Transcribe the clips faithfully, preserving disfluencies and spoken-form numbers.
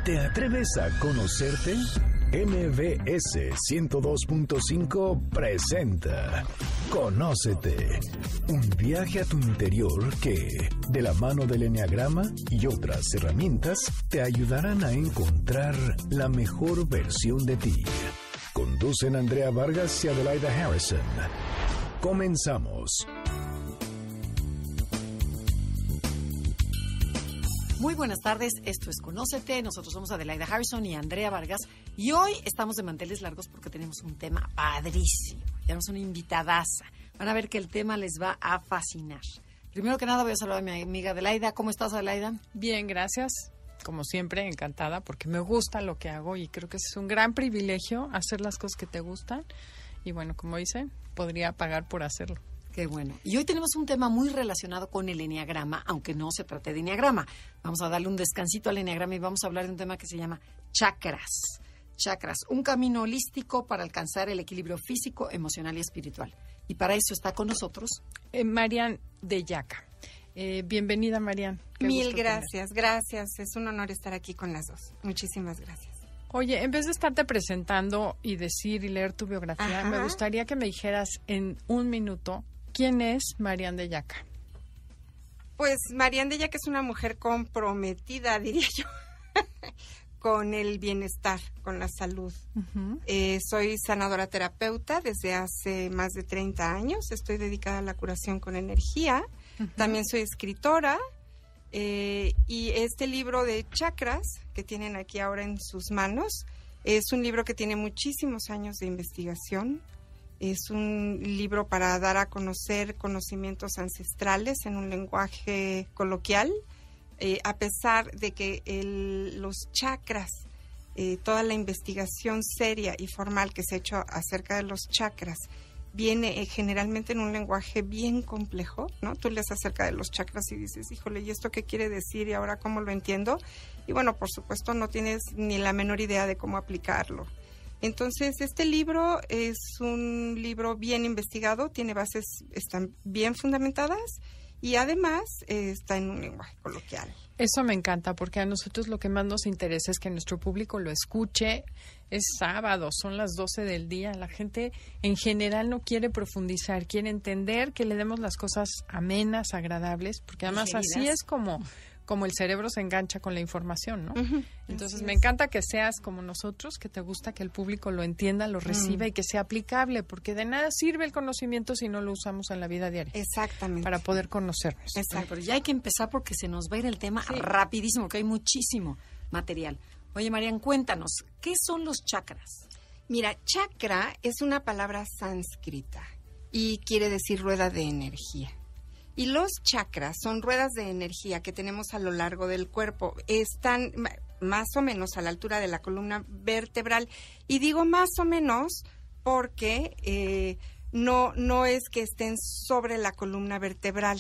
¿Te atreves a conocerte? M V S ciento dos punto cinco presenta Conócete, un viaje a tu interior que, de la mano del eneagrama y otras herramientas, te ayudarán a encontrar la mejor versión de ti. Conducen Andrea Vargas y Adelaida Harrison. Comenzamos. Muy buenas tardes, esto es Conócete, nosotros somos Adelaida Harrison y Andrea Vargas y hoy estamos de manteles largos porque tenemos un tema padrísimo, tenemos una invitadaza, van a ver que el tema les va a fascinar. Primero que nada voy a saludar a mi amiga Adelaida. ¿Cómo estás, Adelaida? Bien, gracias, como siempre, encantada porque me gusta lo que hago y creo que es un gran privilegio hacer las cosas que te gustan y bueno, como dice, podría pagar por hacerlo. Qué bueno. Y hoy tenemos un tema muy relacionado con el eneagrama, aunque no se trate de eneagrama. Vamos a darle un descansito al eneagrama y vamos a hablar de un tema que se llama chakras. Chakras, un camino holístico para alcanzar el equilibrio físico, emocional y espiritual. Y para eso está con nosotros eh, Marian de Yaca. Eh, bienvenida, Marian. Qué Mil gracias, tener. gracias. Es un honor estar aquí con las dos. Muchísimas gracias. Oye, en vez de estarte presentando y decir y leer tu biografía, Ajá. me gustaría que me dijeras en un minuto ¿quién es Marian de Yaca? Pues Marian de Yaca es una mujer comprometida, diría yo, con el bienestar, con la salud. Uh-huh. Eh, soy sanadora terapeuta desde hace más de treinta años. Estoy dedicada a la curación con energía. Uh-huh. También soy escritora. Eh, y este libro de chakras que tienen aquí ahora en sus manos es un libro que tiene muchísimos años de investigación. Es un libro para dar a conocer conocimientos ancestrales en un lenguaje coloquial, eh, a pesar de que el, los chakras, eh, toda la investigación seria y formal que se ha hecho acerca de los chakras, viene eh, generalmente en un lenguaje bien complejo, ¿no? Tú lees acerca de los chakras y dices, híjole, ¿y esto qué quiere decir? ¿Y ahora cómo lo entiendo? Y bueno, por supuesto, no tienes ni la menor idea de cómo aplicarlo. Entonces, este libro es un libro bien investigado, tiene bases, están bien fundamentadas y además eh, está en un lenguaje coloquial. Eso me encanta porque a nosotros lo que más nos interesa es que nuestro público lo escuche. Es sábado, son las doce del día, la gente en general no quiere profundizar, quiere entender, que le demos las cosas amenas, agradables, porque además así es como... como el cerebro se engancha con la información, ¿no? Uh-huh. Entonces, me encanta que seas como nosotros, que te gusta que el público lo entienda, lo reciba mm. y que sea aplicable, porque de nada sirve el conocimiento si no lo usamos en la vida diaria. Exactamente. Para poder conocernos. Exacto. Bueno, pero ya hay que empezar porque se nos va a ir el tema sí. rapidísimo, que hay muchísimo material. Oye, Marian, cuéntanos, ¿qué son los chakras? Mira, chakra es una palabra sánscrita y quiere decir rueda de energía. Y los chakras son ruedas de energía que tenemos a lo largo del cuerpo. Están más o menos a la altura de la columna vertebral. Y digo más o menos porque eh, no, no es que estén sobre la columna vertebral.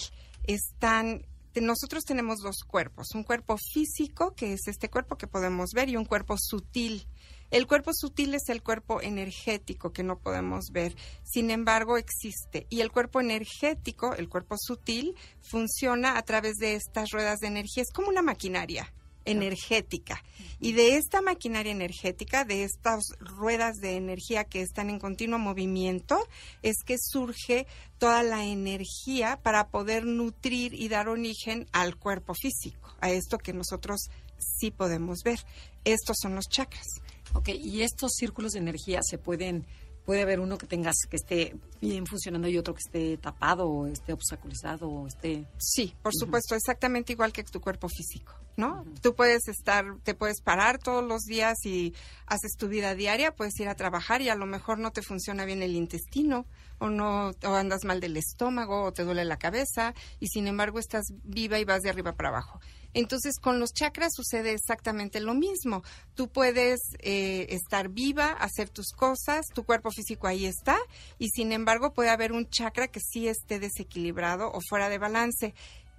Están, nosotros tenemos dos cuerpos. Un cuerpo físico, que es este cuerpo que podemos ver, y un cuerpo sutil. El cuerpo sutil es el cuerpo energético que no podemos ver, sin embargo existe. Y el cuerpo energético, el cuerpo sutil, funciona a través de estas ruedas de energía. Es como una maquinaria energética. Y de esta maquinaria energética, de estas ruedas de energía que están en continuo movimiento, es que surge toda la energía para poder nutrir y dar origen al cuerpo físico, a esto que nosotros sí podemos ver. Estos son los chakras. Ok, y estos círculos de energía se pueden, puede haber uno que tengas que esté bien funcionando y otro que esté tapado o esté obstaculizado o esté... Sí, por uh-huh. supuesto, exactamente igual que tu cuerpo físico, ¿no? Uh-huh. Tú puedes estar, te puedes parar todos los días y haces tu vida diaria, puedes ir a trabajar y a lo mejor no te funciona bien el intestino o no, o andas mal del estómago o te duele la cabeza y sin embargo estás viva y vas de arriba para abajo. Entonces, con los chakras sucede exactamente lo mismo. Tú puedes eh, estar viva, hacer tus cosas, tu cuerpo físico ahí está, y sin embargo puede haber un chakra que sí esté desequilibrado o fuera de balance.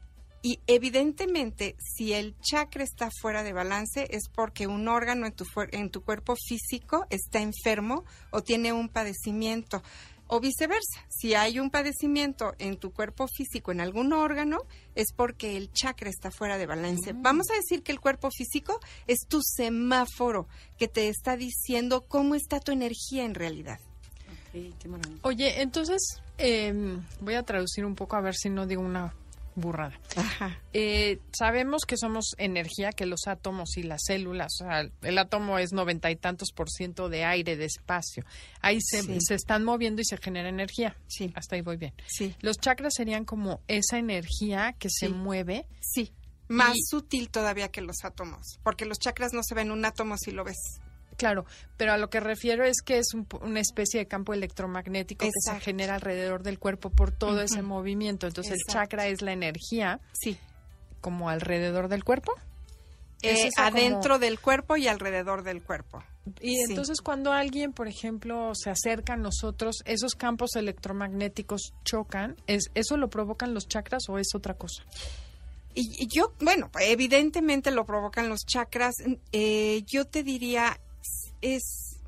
Y evidentemente, si el chakra está fuera de balance es porque un órgano en tu, en tu cuerpo físico está enfermo o tiene un padecimiento. O viceversa, si hay un padecimiento en tu cuerpo físico, en algún órgano, es porque el chakra está fuera de balance. Mm. Vamos a decir que el cuerpo físico es tu semáforo que te está diciendo cómo está tu energía en realidad. Okay, qué maravilla. Oye, entonces eh, voy a traducir un poco a ver si no digo una burrada. Ajá. Eh, sabemos que somos energía, que los átomos y las células, o sea, el átomo es noventa y tantos por ciento de aire, de espacio. Ahí se, sí. se están moviendo y se genera energía. Sí. Hasta ahí voy bien. Sí. Los chakras serían como esa energía que sí. se mueve. Sí. Más y, sutil todavía que los átomos, porque los chakras no se ven un átomo si lo ves. Claro, pero a lo que refiero es que es un, una especie de campo electromagnético Exacto. que se genera alrededor del cuerpo por todo uh-huh. ese movimiento. Entonces Exacto. el chakra es la energía, sí, como alrededor del cuerpo. Eh, adentro como... del cuerpo y alrededor del cuerpo. Y sí. entonces cuando alguien, por ejemplo, se acerca a nosotros, esos campos electromagnéticos chocan, ¿es, ¿eso lo provocan los chakras o es otra cosa? Y, y yo, bueno, evidentemente lo provocan los chakras. Eh, yo te diría... es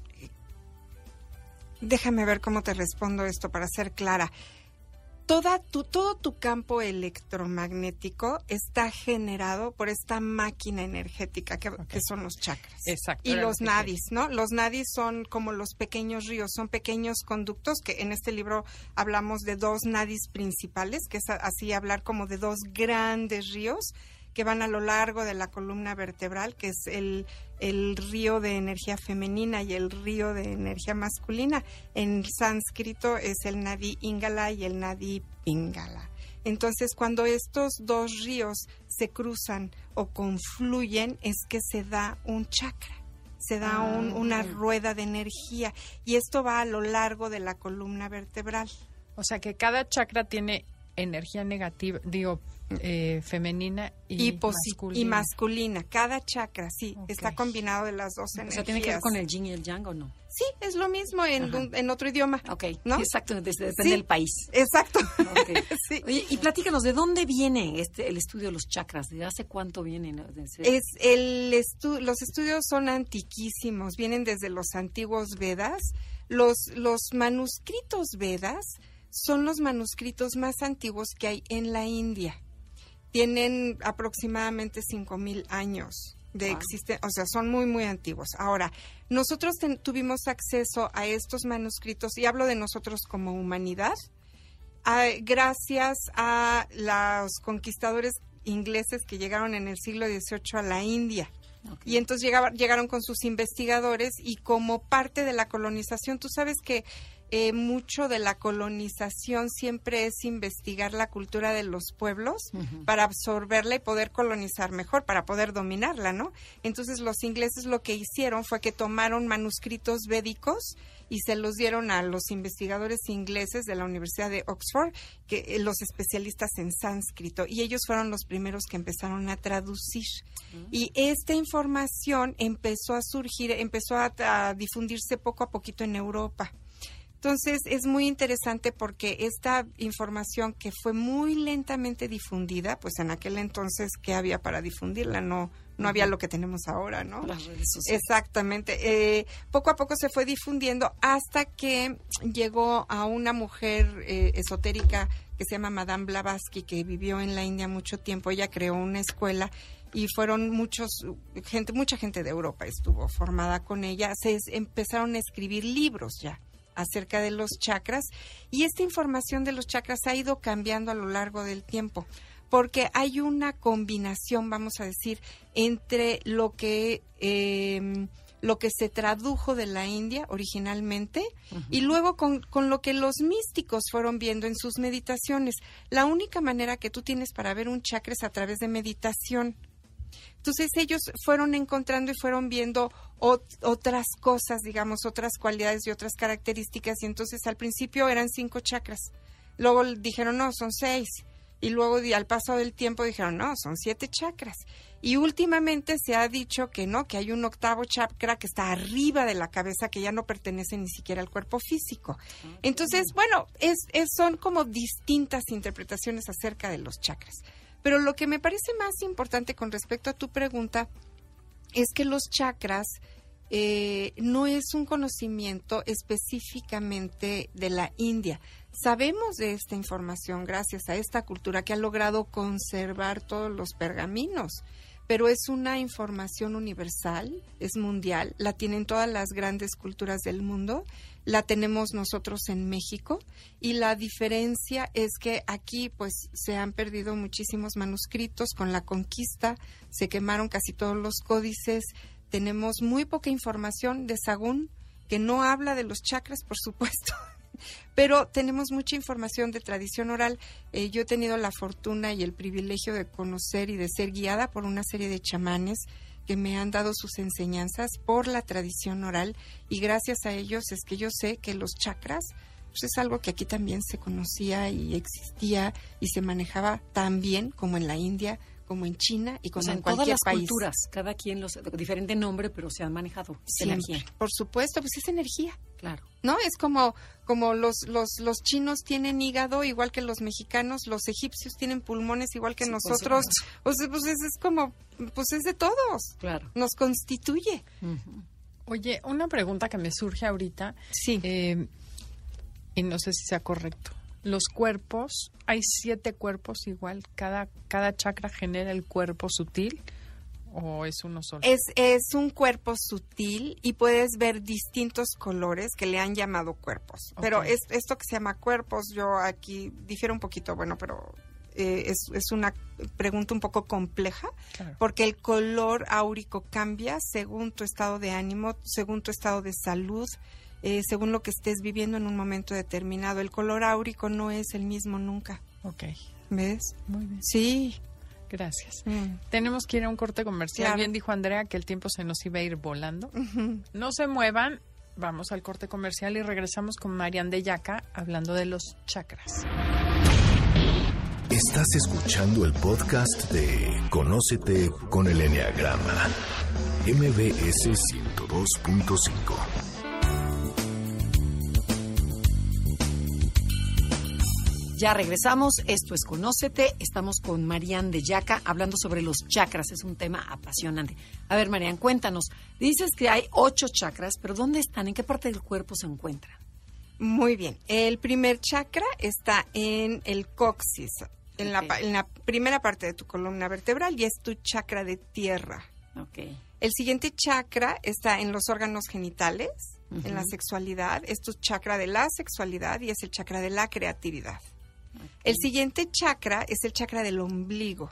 déjame ver cómo te respondo esto para ser clara. Toda tu, todo tu campo electromagnético está generado por esta máquina energética que, okay. que son los chakras. Exacto. Y los nadis, ¿no? Los nadis son como los pequeños ríos, son pequeños conductos, que en este libro hablamos de dos nadis principales, que es así hablar como de dos grandes ríos que van a lo largo de la columna vertebral, que es el, el río de energía femenina y el río de energía masculina. En sánscrito es el Nadi Ingala y el Nadi Pingala. Entonces, cuando estos dos ríos se cruzan o confluyen, es que se da un chakra, se da un, una rueda de energía, y esto va a lo largo de la columna vertebral. O sea, que cada chakra tiene energía negativa, digo, eh, femenina y, y, masculina. y masculina. Cada chakra, sí, okay. está combinado de las dos o energías. O sea, ¿tiene que ver con el yin y el yang o no? Sí, es lo mismo en, un, en otro idioma. Ok, ¿no? exacto, desde, depende sí, del país. Exacto. Okay. sí. Oye, y platícanos, ¿de dónde viene este el estudio de los chakras? ¿De hace cuánto viene? Es el estu los estudios son antiquísimos, vienen desde los antiguos Vedas. Los, los manuscritos Vedas son los manuscritos más antiguos que hay en la India. Tienen aproximadamente cinco mil años de wow. existencia, o sea, son muy, muy antiguos. Ahora, nosotros ten, tuvimos acceso a estos manuscritos, y hablo de nosotros como humanidad, a, gracias a los conquistadores ingleses que llegaron en el siglo dieciocho a la India. Okay. Y entonces llegaba, llegaron con sus investigadores, y como parte de la colonización, tú sabes que Eh, mucho de la colonización siempre es investigar la cultura de los pueblos uh-huh. para absorberla y poder colonizar mejor, para poder dominarla, ¿no? Entonces los ingleses lo que hicieron fue que tomaron manuscritos védicos y se los dieron a los investigadores ingleses de la Universidad de Oxford, que eh, los especialistas en sánscrito, y ellos fueron los primeros que empezaron a traducir. Uh-huh. Y esta información empezó a surgir, empezó a, a difundirse poco a poquito en Europa. Entonces, es muy interesante porque esta información, que fue muy lentamente difundida, pues en aquel entonces, ¿qué había para difundirla? No, no había lo que tenemos ahora, ¿no? Las redes sociales. Exactamente. Eh, poco a poco se fue difundiendo hasta que llegó a una mujer eh, esotérica que se llama Madame Blavatsky, que vivió en la India mucho tiempo. Ella creó una escuela y fueron muchos gente, mucha gente de Europa estuvo formada con ella. Se empezaron a escribir libros ya acerca de los chakras, y esta información de los chakras ha ido cambiando a lo largo del tiempo, porque hay una combinación, vamos a decir, entre lo que eh, lo que se tradujo de la India originalmente uh-huh. y luego con, con lo que los místicos fueron viendo en sus meditaciones. La única manera que tú tienes para ver un chakra es a través de meditación. Entonces ellos fueron encontrando y fueron viendo ot otras cosas, digamos, otras cualidades y otras características, y entonces al principio eran cinco chakras, luego dijeron no, son seis, y luego al paso del tiempo dijeron no, son siete chakras, y últimamente se ha dicho que no, que hay un octavo chakra que está arriba de la cabeza, que ya no pertenece ni siquiera al cuerpo físico. Entonces, bueno, es, es, son como distintas interpretaciones acerca de los chakras. Pero lo que me parece más importante con respecto a tu pregunta es que los chakras eh, no es un conocimiento específicamente de la India. Sabemos de esta información gracias a esta cultura que ha logrado conservar todos los pergaminos, pero es una información universal, es mundial, la tienen todas las grandes culturas del mundo, la tenemos nosotros en México, y la diferencia es que aquí pues se han perdido muchísimos manuscritos con la conquista, se quemaron casi todos los códices, tenemos muy poca información de Sagún, que no habla de los chakras, por supuesto. Pero tenemos mucha información de tradición oral. Eh, yo he tenido la fortuna y el privilegio de conocer y de ser guiada por una serie de chamanes que me han dado sus enseñanzas por la tradición oral, y gracias a ellos es que yo sé que los chakras pues es algo que aquí también se conocía y existía y se manejaba tan bien como en la India, como en China y como o sea, en, en cualquier todas las país. culturas, cada quien los diferente nombre, pero se han manejado Siempre, energía. por supuesto, pues es energía. Claro. ¿No? Es como como los los los chinos tienen hígado igual que los mexicanos, los egipcios tienen pulmones igual que Sí, nosotros. Pues, pues es, es como pues es de todos. Claro. Nos constituye. Uh-huh. Oye, una pregunta que me surge ahorita, Sí. eh, y no sé si sea correcto. Los cuerpos, hay siete cuerpos igual, cada cada chakra genera el cuerpo sutil, ¿o es uno solo? Es, es un cuerpo sutil y puedes ver distintos colores que le han llamado cuerpos. Ok. Pero es, esto que se llama cuerpos, yo aquí difiero un poquito, bueno, pero eh, es, es una pregunta un poco compleja, Claro. porque el color áurico cambia según tu estado de ánimo, según tu estado de salud, eh, según lo que estés viviendo en un momento determinado. El color áurico no es el mismo nunca, Ok, ¿ves? muy bien. Sí. Gracias. Mm. Tenemos que ir a un corte comercial. Claro. Bien dijo Andrea que el tiempo se nos iba a ir volando. Ujú. No se muevan, vamos al corte comercial y regresamos con Marian de Yaca hablando de los chakras. Estás escuchando el podcast de Conócete con el Eneagrama, M B S ciento dos punto cinco. Ya regresamos, esto es Conócete, estamos con Marian de Yaca hablando sobre los chakras, es un tema apasionante. A ver, Marian, cuéntanos, dices que hay ocho chakras, pero ¿dónde están? ¿En qué parte del cuerpo se encuentran? Muy bien. El primer chakra está en el coxis, en, la, Ok. pa- en la primera parte de tu columna vertebral, y es tu chakra de tierra. Ok. El siguiente chakra está en los órganos genitales, Ujú. en la sexualidad, es tu chakra de la sexualidad y es el chakra de la creatividad. El siguiente chakra es el chakra del ombligo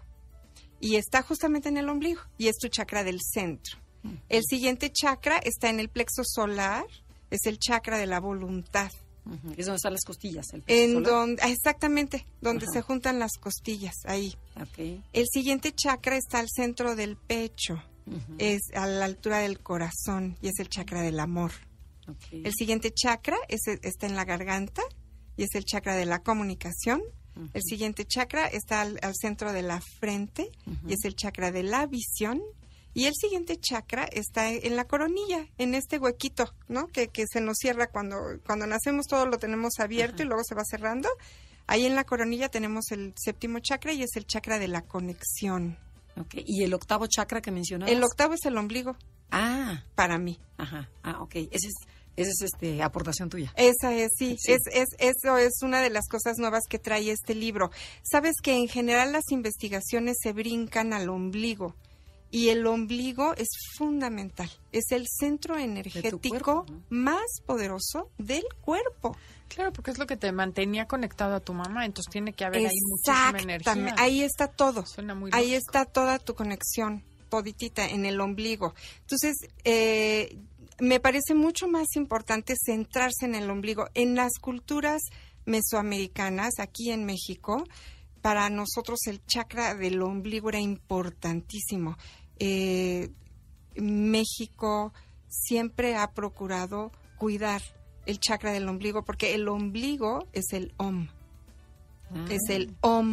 y está justamente en el ombligo y es tu chakra del centro. El siguiente chakra está en el plexo solar, es el chakra de la voluntad. Ujú. Es donde están las costillas, el pecho En solar. donde, ah, exactamente, donde Ajá. se juntan las costillas, ahí. Ok. El siguiente chakra está al centro del pecho, Ujú. es a la altura del corazón y es el chakra del amor. Ok. El siguiente chakra es, está en la garganta y es el chakra de la comunicación. Ujú. El siguiente chakra está al, al centro de la frente Ujú. y es el chakra de la visión. Y el siguiente chakra está en la coronilla, en este huequito, ¿no? Que, que se nos cierra cuando, cuando nacemos, todo lo tenemos abierto Ajá. y luego se va cerrando. Ahí en la coronilla tenemos el séptimo chakra y es el chakra de la conexión. Ok. ¿Y el octavo chakra que mencionabas? El octavo es el ombligo, Ah, para mí. ajá. Ah, ok. Esa es, esa es este, aportación tuya. Esa es, sí, Sí. Es, es, eso es una de las cosas nuevas que trae este libro. Sabes que en general las investigaciones se brincan al ombligo y el ombligo es fundamental. Es el centro energético cuerpo, ¿no? más poderoso del cuerpo. Claro, porque es lo que te mantenía conectado a tu mamá, entonces tiene que haber ahí muchísima energía. Exactamente, ahí está todo. Suena muy Ahí lógico. está toda tu conexión, toditita, en el ombligo. Entonces, eh, me parece mucho más importante centrarse en el ombligo. En las culturas mesoamericanas, aquí en México, para nosotros el chakra del ombligo era importantísimo. Eh, México siempre ha procurado cuidar el chakra del ombligo porque el ombligo es el Om, Ah. es el Om.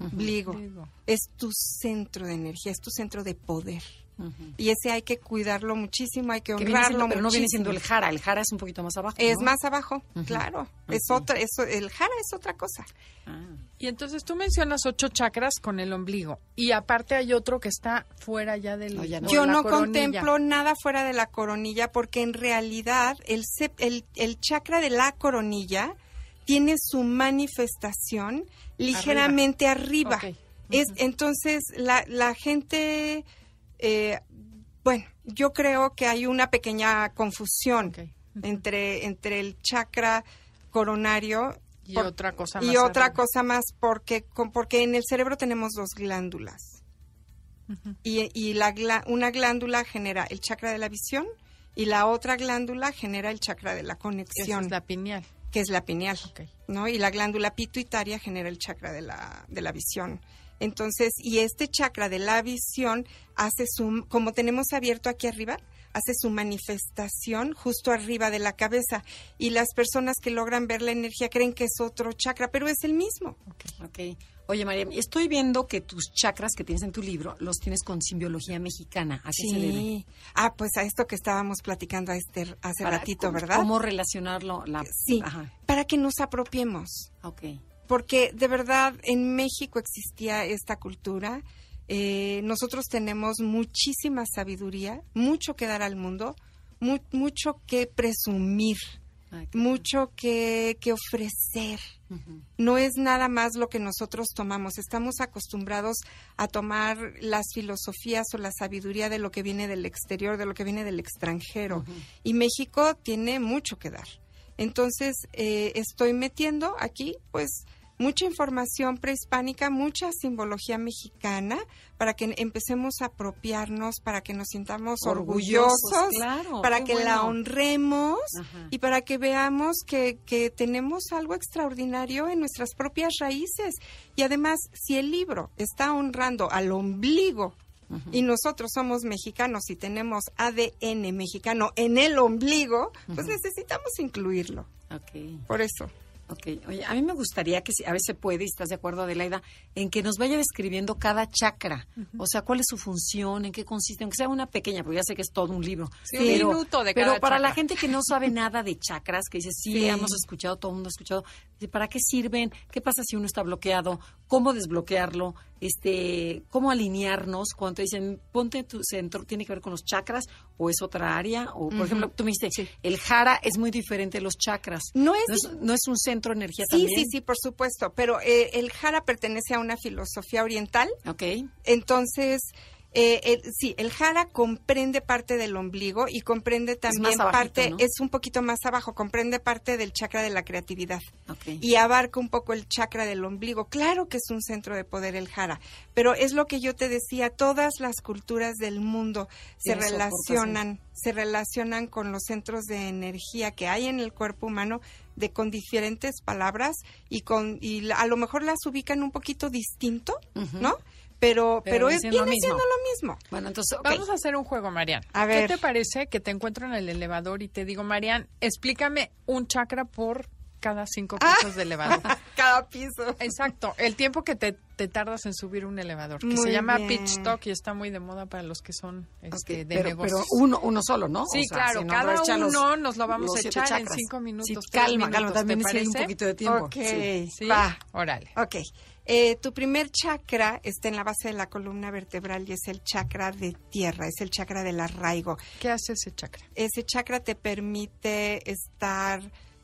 ombligo. Ombligo. Es tu centro de energía, es tu centro de poder. Uh-huh. Y ese hay que cuidarlo muchísimo, hay que Que viene honrarlo siendo, pero no viene muchísimo. siendo el jara, el jara es un poquito más abajo, Es ¿no? más abajo, Ujú. claro. Es Ok. otra, eso, el jara es otra cosa. Ah. Y entonces tú mencionas ocho chakras con el ombligo. Y aparte hay otro que está fuera ya del... No, ya no. o Yo de la no coronilla. contemplo nada fuera de la coronilla porque en realidad el, sep- el, el chakra de la coronilla tiene su manifestación ligeramente arriba. Ok. Es, Ujú. entonces, la, la gente, eh, bueno, yo creo que hay una pequeña confusión Ok. entre, entre el chakra coronario Y por- otra cosa y más otra arriba. cosa más, porque, con- porque en el cerebro tenemos dos glándulas. Ujú. Y, y la, glá- una glándula genera el chakra de la visión y la otra glándula genera el chakra de la Esa conexión, es la pineal. que es la pineal. Ok. ¿No? Y la glándula pituitaria genera el chakra de la, de la visión. Entonces, y este chakra de la visión hace su, como tenemos abierto aquí arriba, hace su manifestación justo arriba de la cabeza. Y las personas que logran ver la energía creen que es otro chakra, pero es el mismo. Ok. Oye, María, estoy viendo que tus chakras que tienes en tu libro los tienes con simbiología mexicana. ¿A qué se debe? Sí. Ah, pues a esto que estábamos platicando a Esther hace Para- ratito, ¿cómo- ¿verdad? ¿Cómo relacionarlo? La... Sí, Ajá. para que nos apropiemos. Ok. Porque de verdad en México existía esta cultura. Eh, nosotros tenemos muchísima sabiduría, mucho que dar al mundo, mu- mucho que presumir, Ay, qué mucho que, que ofrecer. padre. Ujú. No es nada más lo que nosotros tomamos. Estamos acostumbrados a tomar las filosofías o la sabiduría de lo que viene del exterior, de lo que viene del extranjero. Ujú. Y México tiene mucho que dar. Entonces, eh, estoy metiendo aquí, pues, mucha información prehispánica, mucha simbología mexicana, para que empecemos a apropiarnos, para que nos sintamos Orgullosos, orgullosos, claro, para qué que la bueno. honremos Ajá. y para que veamos que, que tenemos algo extraordinario en nuestras propias raíces. Y además, si el libro está honrando al ombligo, Ujú. y nosotros somos mexicanos y tenemos A D N mexicano en el ombligo, pues Ujú. necesitamos incluirlo. Ok. Por eso. Ok, oye, a mí me gustaría que, si a veces se puede, y estás de acuerdo, Adelaida, en que nos vaya describiendo cada chakra. O sea, cuál es su función, en qué consiste, aunque sea una pequeña, porque ya sé que es todo un libro. Sí, un minuto de pero cada para la chakra. gente que no sabe nada de chakras, que dice, sí, Sí. hemos escuchado, todo el mundo ha escuchado, dice, ¿para qué sirven? ¿Qué pasa si uno está bloqueado? ¿Cómo desbloquearlo? Este, ¿cómo alinearnos? Cuando te dicen, ponte tu centro, ¿tiene que ver con los chakras o es otra área? O, por Ujú. ejemplo, tú me dijiste, el jara es muy diferente de los chakras. No es ¿No es, no es un centro de energía Sí, también? sí, sí, por supuesto, pero eh, el jara pertenece a una filosofía oriental, Ok. entonces, eh, el- sí, el jara comprende parte del ombligo y comprende también más abajito, parte, ¿no? es un poquito más abajo, comprende parte del chakra de la creatividad Ok. y abarca un poco el chakra del ombligo. Claro que es un centro de poder el jara, pero es lo que yo te decía, todas las culturas del mundo se Tiene su relacionan, se relacionan con los centros de energía que hay en el cuerpo humano de con diferentes palabras y con y la- a lo mejor las ubican un poquito distinto, Ujú. ¿no? Pero Pero pero, viene es, siendo lo viene mismo. siendo lo mismo. Bueno, entonces, ok. Vamos a hacer un juego, Marian. A ver. ¿Qué te parece que te encuentro en el elevador y te digo, Marian, explícame un chakra por cada cinco pisos de elevador? Cada piso. Exacto, el tiempo que te, te tardas en subir un elevador, que se Muy llama bien. pitch talk y está muy de moda para los que son este, Ok, de pero, negocios. pero uno, uno solo, ¿no? Sí, O sea, claro, si no, cada no echa los- uno nos lo vamos los a siete echar en chakras. cinco minutos, Sí, tres calma, calma, minutos, también ¿te sí hay un parece? poquito de tiempo. Ok, Sí. ¿Sí? va. Órale. Ok. Eh, tu primer chakra está en la base de la columna vertebral y es el chakra de tierra, es el chakra del arraigo. ¿Qué hace ese chakra? Ese chakra te permite estar,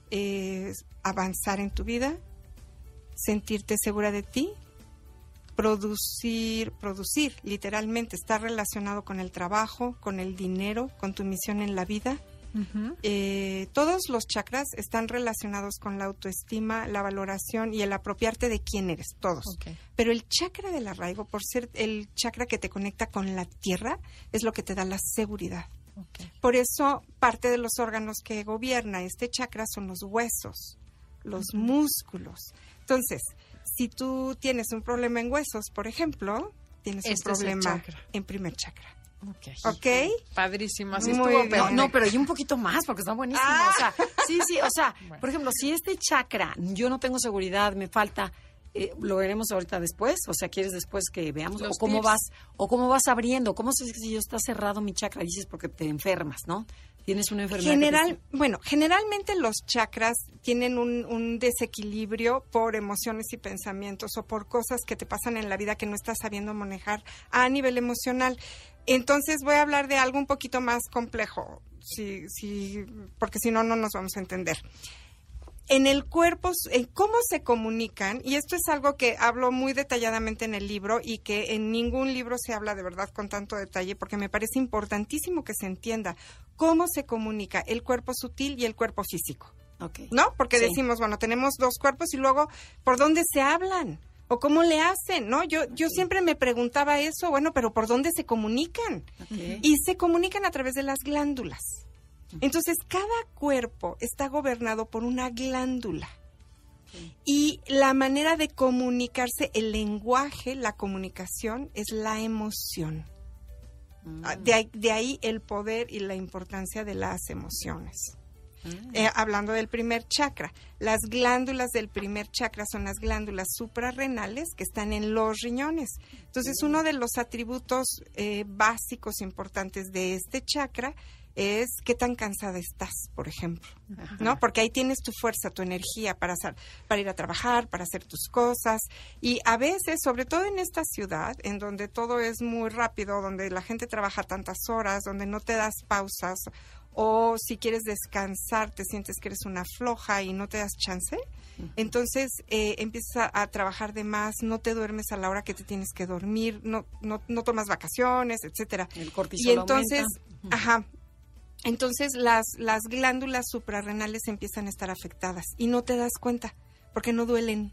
eh, avanzar en tu vida, sentirte segura de ti, producir, producir, literalmente, está relacionado con el trabajo, con el dinero, con tu misión en la vida. Ujú. Eh, todos los chakras están relacionados con la autoestima, la valoración y el apropiarte de quién eres, todos. Ok. Pero el chakra del arraigo, por ser el chakra que te conecta con la tierra, es lo que te da la seguridad. Ok. Por eso, parte de los órganos que gobierna este chakra son los huesos, los músculos. Entonces, si tú tienes un problema en huesos, por ejemplo, tienes Este un es el problema chakra. en primer chakra. Ok. ¿Ok? Padrísimo, así Muy estuvo. bien. pero- No, pero y un poquito más, porque está buenísimo. Ah. O sea, sí, sí, o sea, Bueno. por ejemplo, si este chakra, yo no tengo seguridad, me falta, Eh, lo veremos ahorita después, o sea, ¿quieres después que veamos? Los o cómo tips. vas, o cómo vas abriendo, cómo sé si yo está cerrado mi chakra, dices porque te enfermas, ¿no? Tienes una enfermedad. General, que te... bueno, generalmente los chakras tienen un, un desequilibrio por emociones y pensamientos o por cosas que te pasan en la vida que no estás sabiendo manejar a nivel emocional. Entonces voy a hablar de algo un poquito más complejo, si, si, porque si no, no nos vamos a entender. En el cuerpo, en cómo se comunican, y esto es algo que hablo muy detalladamente en el libro y que en ningún libro se habla de verdad con tanto detalle, porque me parece importantísimo que se entienda cómo se comunica el cuerpo sutil y el cuerpo físico. Okay. ¿No? Porque Sí. decimos, bueno, tenemos dos cuerpos y luego, ¿por dónde se hablan? ¿O cómo le hacen? ¿No? Yo, yo siempre me preguntaba eso, bueno, pero ¿por dónde se comunican? Okay. Y se comunican a través de las glándulas. Entonces, cada cuerpo está gobernado por una glándula. Sí. Y la manera de comunicarse, el lenguaje, la comunicación, es la emoción. Mm. De, ahí, de ahí el poder y la importancia de las emociones. Mm. Eh, hablando del primer chakra, las glándulas del primer chakra son las glándulas suprarrenales que están en los riñones. Entonces, mm. uno de los atributos eh, básicos importantes de este chakra es qué tan cansada estás, por ejemplo, Ajá. ¿no? Porque ahí tienes tu fuerza, tu energía para, para ir a trabajar, para hacer tus cosas. Y a veces, sobre todo en esta ciudad, en donde todo es muy rápido, donde la gente trabaja tantas horas, donde no te das pausas, o si quieres descansar, te sientes que eres una floja y no te das chance, uh-huh. entonces eh, empiezas a, a trabajar de más, no te duermes a la hora que te tienes que dormir, no, no, no tomas vacaciones, etcétera. El cortisol y entonces, aumenta. Uh-huh. ajá. Entonces las, las glándulas suprarrenales empiezan a estar afectadas y no te das cuenta porque no duelen.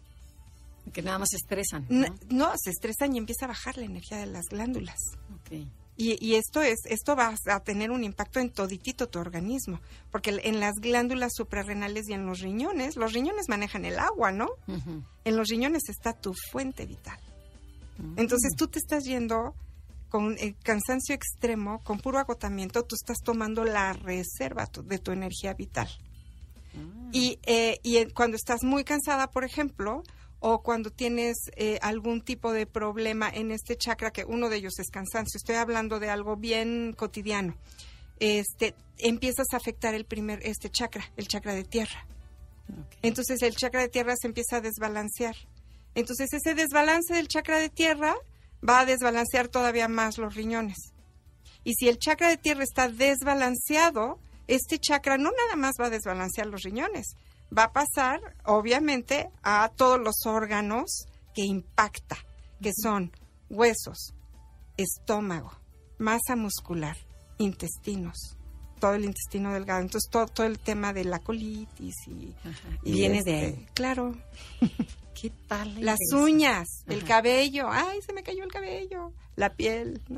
Que nada más se estresan. No, no, no se estresan y empieza a bajar la energía de las glándulas. Okay. Y, y esto es esto va a tener un impacto en toditito tu organismo, porque en las glándulas suprarrenales y en los riñones, los riñones manejan el agua, ¿no? Uh-huh. En los riñones está tu fuente vital. Uh-huh. Entonces tú te estás yendo con el cansancio extremo, con puro agotamiento, tú estás tomando la reserva tu, de tu energía vital. Mm. Y, eh, y cuando estás muy cansada, por ejemplo, o cuando tienes eh, algún tipo de problema en este chakra, que uno de ellos es cansancio, estoy hablando de algo bien cotidiano, este, empiezas a afectar el primer, este chakra, el chakra de tierra. Okay. Entonces el chakra de tierra se empieza a desbalancear. Entonces ese desbalance del chakra de tierra va a desbalancear todavía más los riñones. Y si el chakra de tierra está desbalanceado, este chakra no nada más va a desbalancear los riñones, va a pasar, obviamente, a todos los órganos que impacta, que son huesos, estómago, masa muscular, intestinos, todo el intestino delgado. Entonces, todo, todo el tema de la colitis y... y viene este, de ahí. Claro. ¿Qué tal? Las uñas, Ajá. el cabello, ay, se me cayó el cabello, la piel, ¿no?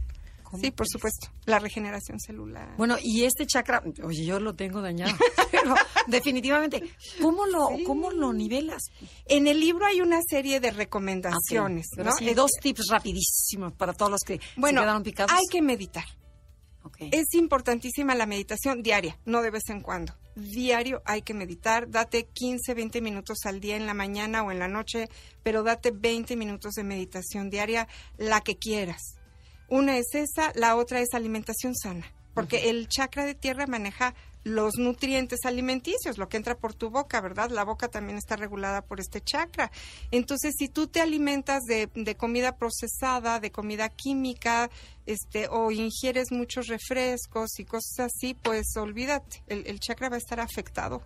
Sí, por supuesto, la regeneración celular. Bueno, y este chakra, oye, yo lo tengo dañado, pero definitivamente, ¿cómo lo, sí. ¿cómo lo nivelas? En el libro hay una serie de recomendaciones, okay. ¿no? Sí, dos tips rapidísimos para todos los que bueno, se quedaron picados. Hay que meditar. Okay. Es importantísima la meditación diaria, no de vez en cuando. Diario hay que meditar, date quince, veinte minutos al día en la mañana o en la noche, pero date veinte minutos de meditación diaria, la que quieras. Una es esa, la otra es alimentación sana, porque uh-huh. el chakra de tierra maneja los nutrientes alimenticios, lo que entra por tu boca, ¿verdad? La boca también está regulada por este chakra. Entonces, si tú te alimentas de, de comida procesada, de comida química, este, o ingieres muchos refrescos y cosas así, pues olvídate, el, el chakra va a estar afectado.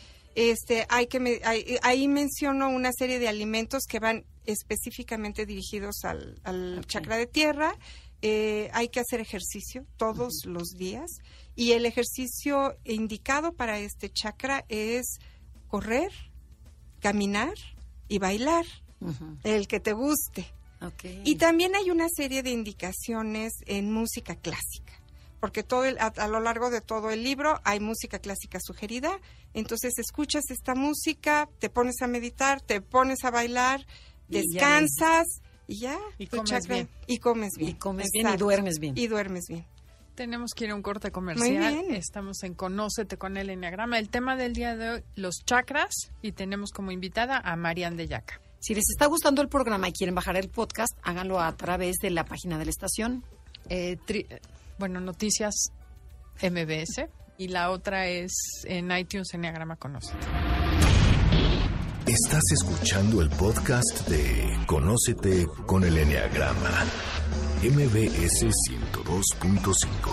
Este, hay que me, hay, ahí menciono una serie de alimentos que van específicamente dirigidos al, al okay. chakra de tierra. Eh, hay que hacer ejercicio todos uh-huh. los días y el ejercicio indicado para este chakra es correr, caminar y bailar, uh-huh. el que te guste. Okay. Y también hay una serie de indicaciones en música clásica, porque todo el, a, a lo largo de todo el libro hay música clásica sugerida, entonces escuchas esta música, te pones a meditar, te pones a bailar, descansas. Y ya, y tu comes chakra, bien. Y comes bien. Y comes Exacto. bien y duermes bien. Y duermes bien. Tenemos que ir a un corte comercial. Muy bien. Estamos en Conócete con el Enneagrama. El tema del día de hoy, los chakras, y tenemos como invitada a Marian de Yaca. Si les está gustando el programa y quieren bajar el podcast, háganlo a través de la página de la estación. Eh, tri- bueno, Noticias M B S, y la otra es en iTunes Enneagrama Conócete. Estás escuchando el podcast de Conócete con el Enneagrama, M B S ciento dos punto cinco.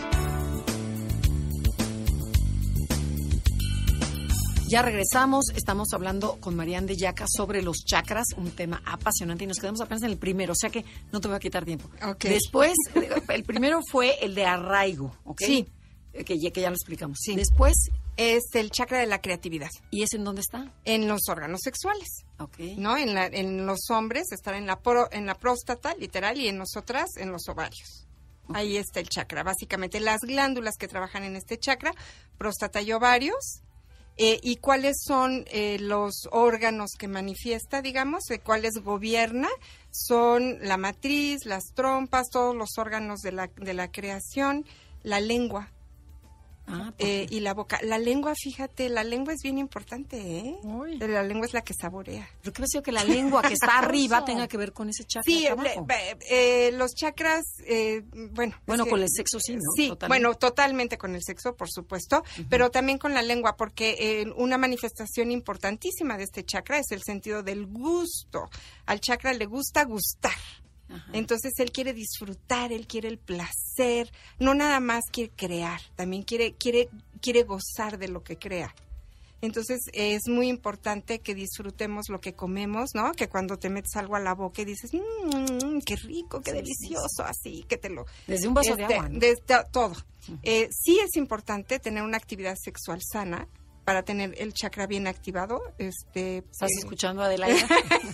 Ya regresamos, estamos hablando con Marian de Yaca sobre los chakras, un tema apasionante, y nos quedamos apenas en el primero, o sea que no te voy a quitar tiempo. Ok. Después, el primero fue el de arraigo, ¿ok? Sí. Que ya, que ya lo explicamos. Sí. Después, Es el chakra de la creatividad, ¿y ese en dónde está? en los órganos sexuales, Ok. ¿no? En, la, en los hombres estar en la, pro- en la próstata, literal, y en nosotras en los ovarios. Ok. Ahí está el chakra. Básicamente las glándulas que trabajan en este chakra, próstata y ovarios. Eh, ¿Y cuáles son eh, los órganos que manifiesta, digamos, eh, cuáles gobierna? Son la matriz, las trompas, todos los órganos de la, de la creación, la lengua Ah, ¿por eh, qué? y la boca. La lengua, fíjate, la lengua es bien importante, ¿eh? Uy. La lengua es la que saborea. ¿Por qué me sido que la lengua que está arriba tenga que ver con ese chakra Sí, de eh, abajo? eh, eh, los chakras, eh, bueno. Bueno, es que- con el sexo sí, ¿no? Sí, Totalmente. bueno, totalmente con el sexo, por supuesto, pero también con la lengua, porque eh, una manifestación importantísima de este chakra es el sentido del gusto. Al chakra le gusta gustar. Ajá. Entonces él quiere disfrutar, él quiere el placer, no nada más quiere crear, también quiere quiere quiere gozar de lo que crea. Entonces es muy importante que disfrutemos lo que comemos, ¿no? Que cuando te metes algo a la boca y dices, mmm, qué rico, qué Sí, sí, delicioso, así que te lo Desde un vaso de este, agua, ¿no? desde todo. Eh, sí es importante tener una actividad sexual sana para tener el chakra bien activado. Este, ¿Estás eh, escuchando, Adelaida?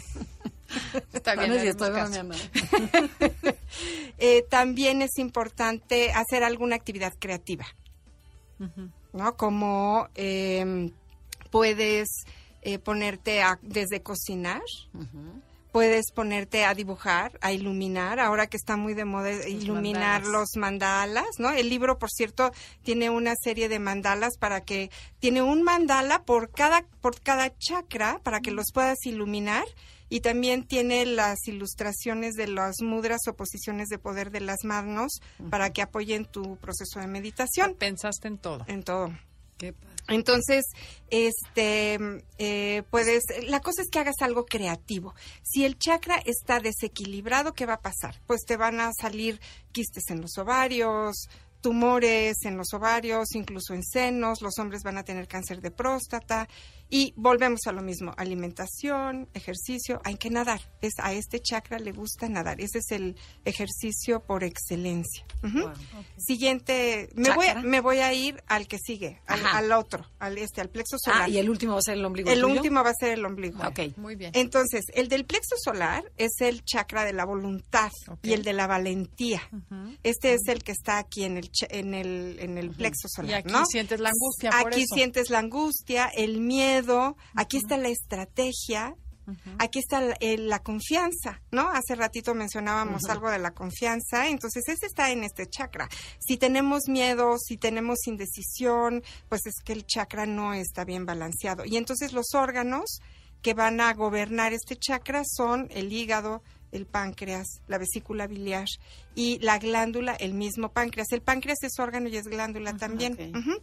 Está bien, No, no, le sí, estoy haremos caso. bromeando. eh, también es importante hacer alguna actividad creativa, Ujú. ¿no? Como eh, puedes eh, ponerte a, desde cocinar, Ujú. puedes ponerte a dibujar, a iluminar, ahora que está muy de moda iluminar mandalas. los mandalas, ¿no? El libro, por cierto, tiene una serie de mandalas para que, tiene un mandala por cada, por cada chakra para que los puedas iluminar, y también tiene las ilustraciones de las mudras o posiciones de poder de las manos para que apoyen tu proceso de meditación, Pensaste en todo. en todo. Qué padre. Entonces, este, eh, puedes, la cosa es que hagas algo creativo. Si el chakra está desequilibrado, ¿qué va a pasar? Pues te van a salir quistes en los ovarios, tumores en los ovarios, incluso en senos, los hombres van a tener cáncer de próstata, y volvemos a lo mismo, alimentación, ejercicio, hay que nadar. Es, a este chakra le gusta nadar, ese es el ejercicio por excelencia. Ujú. Wow. Siguiente, me voy, a, ¿Chakra? me voy a ir al que sigue, al, Ajá. al otro, al este, al plexo solar. Ah, y el último va a ser el ombligo El tuyo. último va a ser el ombligo. Ok. Muy bien. Entonces, el del plexo solar es el chakra de la voluntad Ok. y el de la valentía. Ujú. Este es el que está aquí en el cha- en el en el plexo Y solar, aquí ¿no? sientes la angustia por Aquí eso. sientes la angustia, el miedo, aquí está la estrategia, Ujú. aquí está la, eh, la confianza, ¿no? Hace ratito mencionábamos algo de la confianza, entonces ese está en este chakra. Si tenemos miedo, si tenemos indecisión, pues es que el chakra no está bien balanceado. Y entonces los órganos que van a gobernar este chakra son el hígado, el páncreas, la vesícula biliar y la glándula, el mismo páncreas. El páncreas es órgano y es glándula también. ok. Ujú.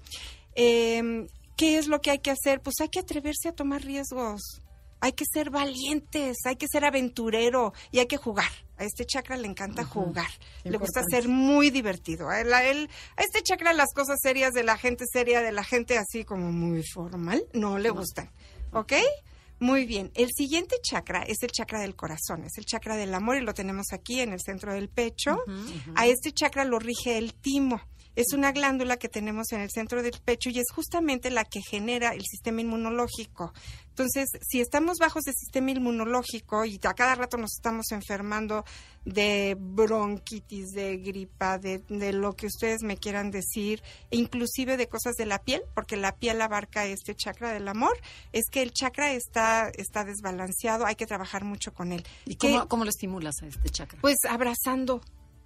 Eh, ¿Qué es lo que hay que hacer? Pues hay que atreverse a tomar riesgos. Hay que ser valientes, hay que ser aventurero y hay que jugar. A este chakra le encanta Ujú. jugar. Qué Le gusta importante. ser muy divertido. A, él- a él- a este chakra las cosas serias de la gente seria, de la gente así como muy formal, no le No. gustan. ¿Ok? Muy bien. El siguiente chakra es el chakra del corazón, es el chakra del amor y lo tenemos aquí en el centro del pecho. Ujú. A este chakra lo rige el timo. Es una glándula que tenemos en el centro del pecho y es justamente la que genera el sistema inmunológico. Entonces, si estamos bajos de sistema inmunológico y a cada rato nos estamos enfermando de bronquitis, de gripa, de, de lo que ustedes me quieran decir, e inclusive de cosas de la piel, porque la piel abarca este chakra del amor, es que el chakra está, está desbalanceado, hay que trabajar mucho con él. ¿Y ¿Qué? cómo, cómo lo estimulas a este chakra? Pues abrazando.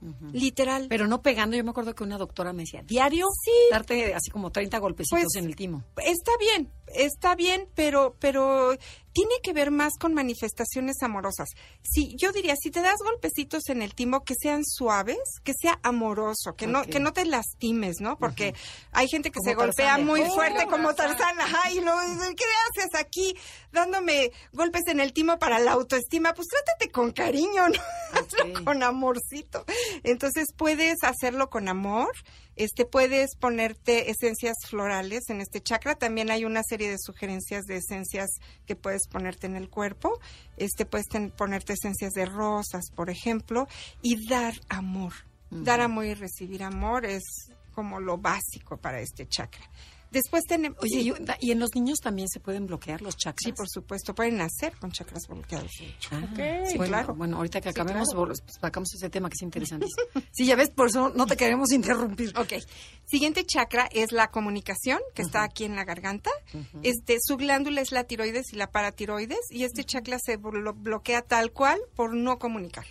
Uh-huh. Literal. Pero no pegando. Yo me acuerdo que una doctora me decía, diario, sí, darte así como treinta golpecitos pues, en el timo. Está bien, está bien, pero, pero tiene que ver más con manifestaciones amorosas. Sí, yo diría, si te das golpecitos en el timo, que sean suaves, que sea amoroso, que okay. no que no te lastimes, ¿no? Porque uh-huh. hay gente que como se golpea Tarzán, muy oh, fuerte como Tarzán, ajá, y luego dice, ¿qué haces aquí dándome golpes en el timo para la autoestima? Pues trátate con cariño, ¿no? Okay. Hazlo con amorcito. Entonces puedes hacerlo con amor. Este, puedes ponerte esencias florales en este chakra. También hay una serie de sugerencias de esencias que puedes ponerte en el cuerpo. Este, puedes ten, ponerte esencias de rosas, por ejemplo, y dar amor. Uh-huh. Dar amor y recibir amor es como lo básico para este chakra. Después tenemos... Oye, sí. ¿y en los niños también se pueden bloquear los chakras? Sí, por supuesto, pueden nacer con chakras bloqueados. Ah, okay. Sí, bueno, claro. Bueno, ahorita que acabemos, sí, claro. sacamos ese tema que es interesantísimo. Sí, ya ves, por eso no te queremos interrumpir. Ok. Siguiente chakra es la comunicación, que uh-huh. está aquí en la garganta. Uh-huh. Este, su glándula es la tiroides y la paratiroides, y este uh-huh. chakra se blo- bloquea tal cual por no comunicar.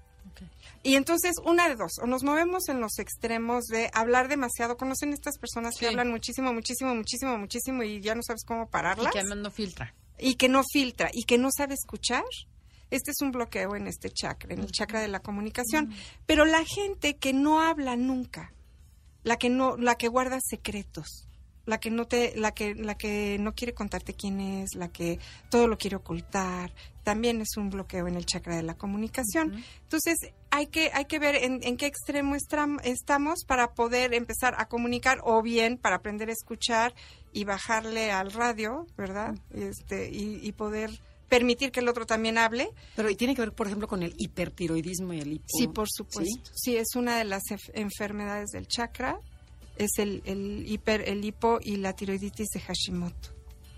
Y entonces, una de dos, o nos movemos en los extremos de hablar demasiado. ¿Conocen estas personas que sí. hablan muchísimo, muchísimo, muchísimo, muchísimo y ya no sabes cómo pararlas? Y que además no filtra. Y que no filtra, y que no sabe escuchar. Este es un bloqueo en este chakra, en el chakra de la comunicación. Mm. Pero la gente que no habla nunca, la que no, la que guarda secretos, la que no te, la que, la que no quiere contarte quién es, la que todo lo quiere ocultar, también es un bloqueo en el chakra de la comunicación. Uh-huh. Entonces, hay que, hay que ver en, en qué extremo estram, estamos para poder empezar a comunicar, o bien para aprender a escuchar y bajarle al radio, ¿verdad? Uh-huh. Este, y, y poder permitir que el otro también hable. Pero y tiene que ver, por ejemplo, con el hipertiroidismo y el hipo. Sí, por supuesto. Sí, sí es una de las ef- enfermedades del chakra. Es el, el hiper, el hipo y la tiroiditis de Hashimoto.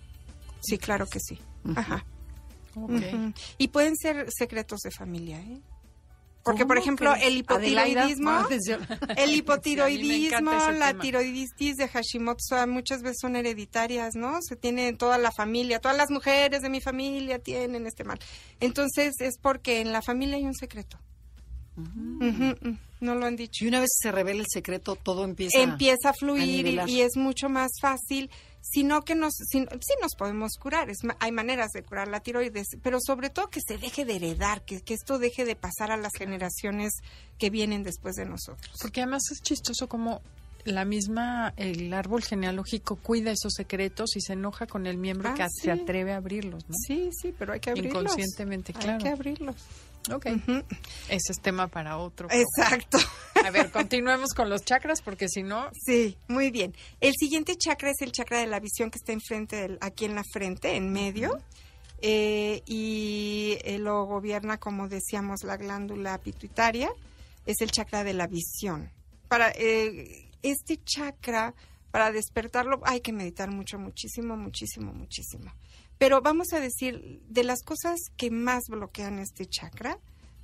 Sí, claro que sí. Uh-huh. Ajá. Okay. Uh-huh. Y pueden ser secretos de familia, ¿eh? Porque, por ejemplo, el hipotiroidismo, el hipotiroidismo, sí, la tema. tiroiditis de Hashimoto, o sea, muchas veces son hereditarias, ¿no? Se tiene en toda la familia, todas las mujeres de mi familia tienen este mal. Entonces, es porque en la familia hay un secreto. Uh-huh. Uh-huh. No lo han dicho. Y una vez se revela el secreto, todo empieza empieza a fluir a y, y es mucho más fácil, sino que nos si, sí nos podemos curar, es, hay maneras de curar la tiroides, pero sobre todo que se deje de heredar, que, que esto deje de pasar a las generaciones que vienen después de nosotros. Porque además es chistoso como la misma, el árbol genealógico cuida esos secretos y se enoja con el miembro ah, que sí. se atreve a abrirlos, ¿no? Sí, sí, pero hay que abrirlos. Inconscientemente, claro. Hay que abrirlos. Ok, uh-huh. Ese es tema para otro. Exacto. A ver, continuemos con los chakras porque si no... Sí, muy bien. El siguiente chakra es el chakra de la visión que está enfrente, del, aquí en la frente, en medio, uh-huh. eh, y eh, lo gobierna, como decíamos, la glándula pituitaria. Es el chakra de la visión. Para eh, este chakra, para despertarlo, hay que meditar mucho, muchísimo, muchísimo, muchísimo. Pero vamos a decir, de las cosas que más bloquean este chakra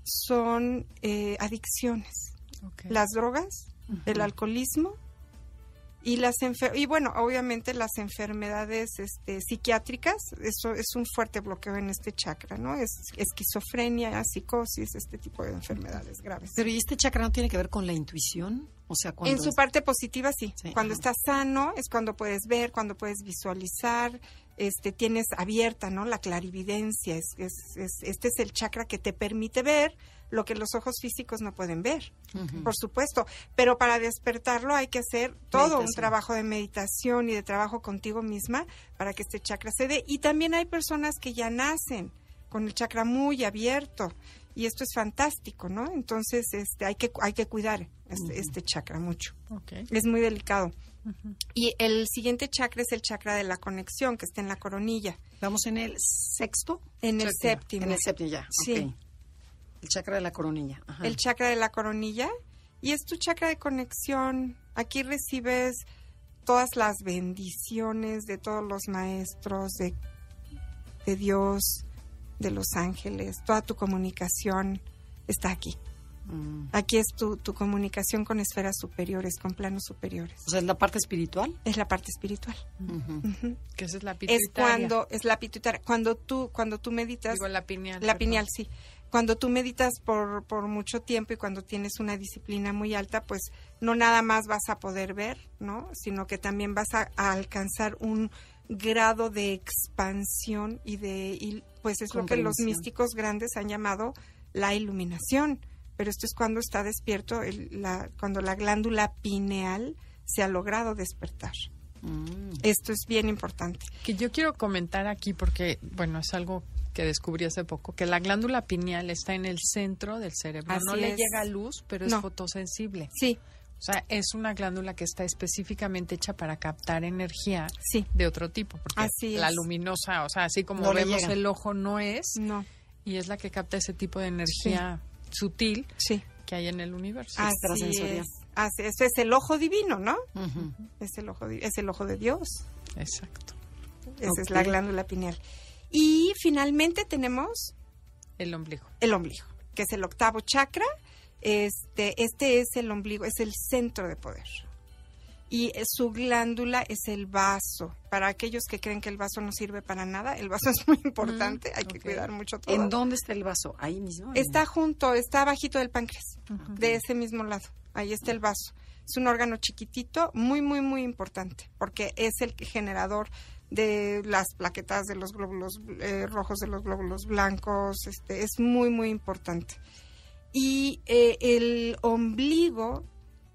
son eh, adicciones, okay. las drogas, uh-huh. el alcoholismo y las enfer- y bueno, obviamente las enfermedades este, psiquiátricas. Eso es un fuerte bloqueo en este chakra, ¿no? Es esquizofrenia, psicosis, este tipo de enfermedades graves. Pero ¿y este chakra no tiene que ver con la intuición? O sea, en su es... parte positiva sí. sí cuando ajá. estás sano es cuando puedes ver, cuando puedes visualizar, este tienes abierta, ¿no? La clarividencia. Es, es, es, este es el chakra que te permite ver lo que los ojos físicos no pueden ver, uh-huh. por supuesto. Pero para despertarlo hay que hacer todo meditación. Un trabajo de meditación y de trabajo contigo misma para que este chakra se dé. Y también hay personas que ya nacen con el chakra muy abierto. Y esto es fantástico, ¿no? Entonces, este, hay que hay que cuidar este, uh-huh. este chakra mucho. Okay. Es muy delicado. Uh-huh. Y el siguiente chakra es el chakra de la conexión, que está en la coronilla. ¿Vamos en el sexto? En el Séptimo. séptimo. En el séptimo ya, sí. Okay. El chakra de la coronilla. Ajá. El chakra de la coronilla. Y es tu chakra de conexión. Aquí recibes todas las bendiciones de todos los maestros, de, de Dios, de los ángeles, toda tu comunicación está aquí. Mm. Aquí es tu, tu comunicación con esferas superiores, con planos superiores. O sea, ¿es la parte espiritual? Es la parte espiritual. Uh-huh. Uh-huh. Que esa es la pituitaria. Es cuando, es la pituitaria. Cuando tú, cuando tú meditas... Digo, la pineal. La perdón. pineal, sí. cuando tú meditas por, por mucho tiempo y cuando tienes una disciplina muy alta, pues no nada más vas a poder ver, ¿no? Sino que también vas a, a alcanzar un grado de expansión y de, y pues es lo que los místicos grandes han llamado la iluminación. Pero esto es cuando está despierto, el, la, cuando la glándula pineal se ha logrado despertar. Mm. Esto es bien importante. Que yo quiero comentar aquí porque, bueno, es algo que descubrí hace poco, que la glándula pineal está en el centro del cerebro. Así no es. le llega luz, pero no. es fotosensible. Sí. O sea, es una glándula que está específicamente hecha para captar energía sí. de otro tipo. Porque así la es. luminosa, o sea, así como no vemos el ojo, no es. No. Y es la que capta ese tipo de energía sí. sutil sí. que hay en el universo. Así es. Así es. Es el ojo divino, ¿no? Uh-huh. Es el ojo, es el ojo de Dios. Exacto. Esa okay. es la glándula pineal. Y finalmente tenemos el ombligo. El ombligo, que es el octavo chakra. Este, este es el ombligo, es el centro de poder. Y su glándula es el vaso. Para aquellos que creen que el vaso no sirve para nada, el vaso es muy importante, mm, hay okay. que cuidar mucho todo. ¿En dónde está el vaso? ¿Ahí mismo? Está junto, está abajito del páncreas, uh-huh. de ese mismo lado. Ahí está el vaso. Es un órgano chiquitito, muy, muy, muy importante, porque es el generador de las plaquetas de los glóbulos eh, rojos, de los glóbulos blancos. Este, es muy, muy importante. Y eh, el ombligo,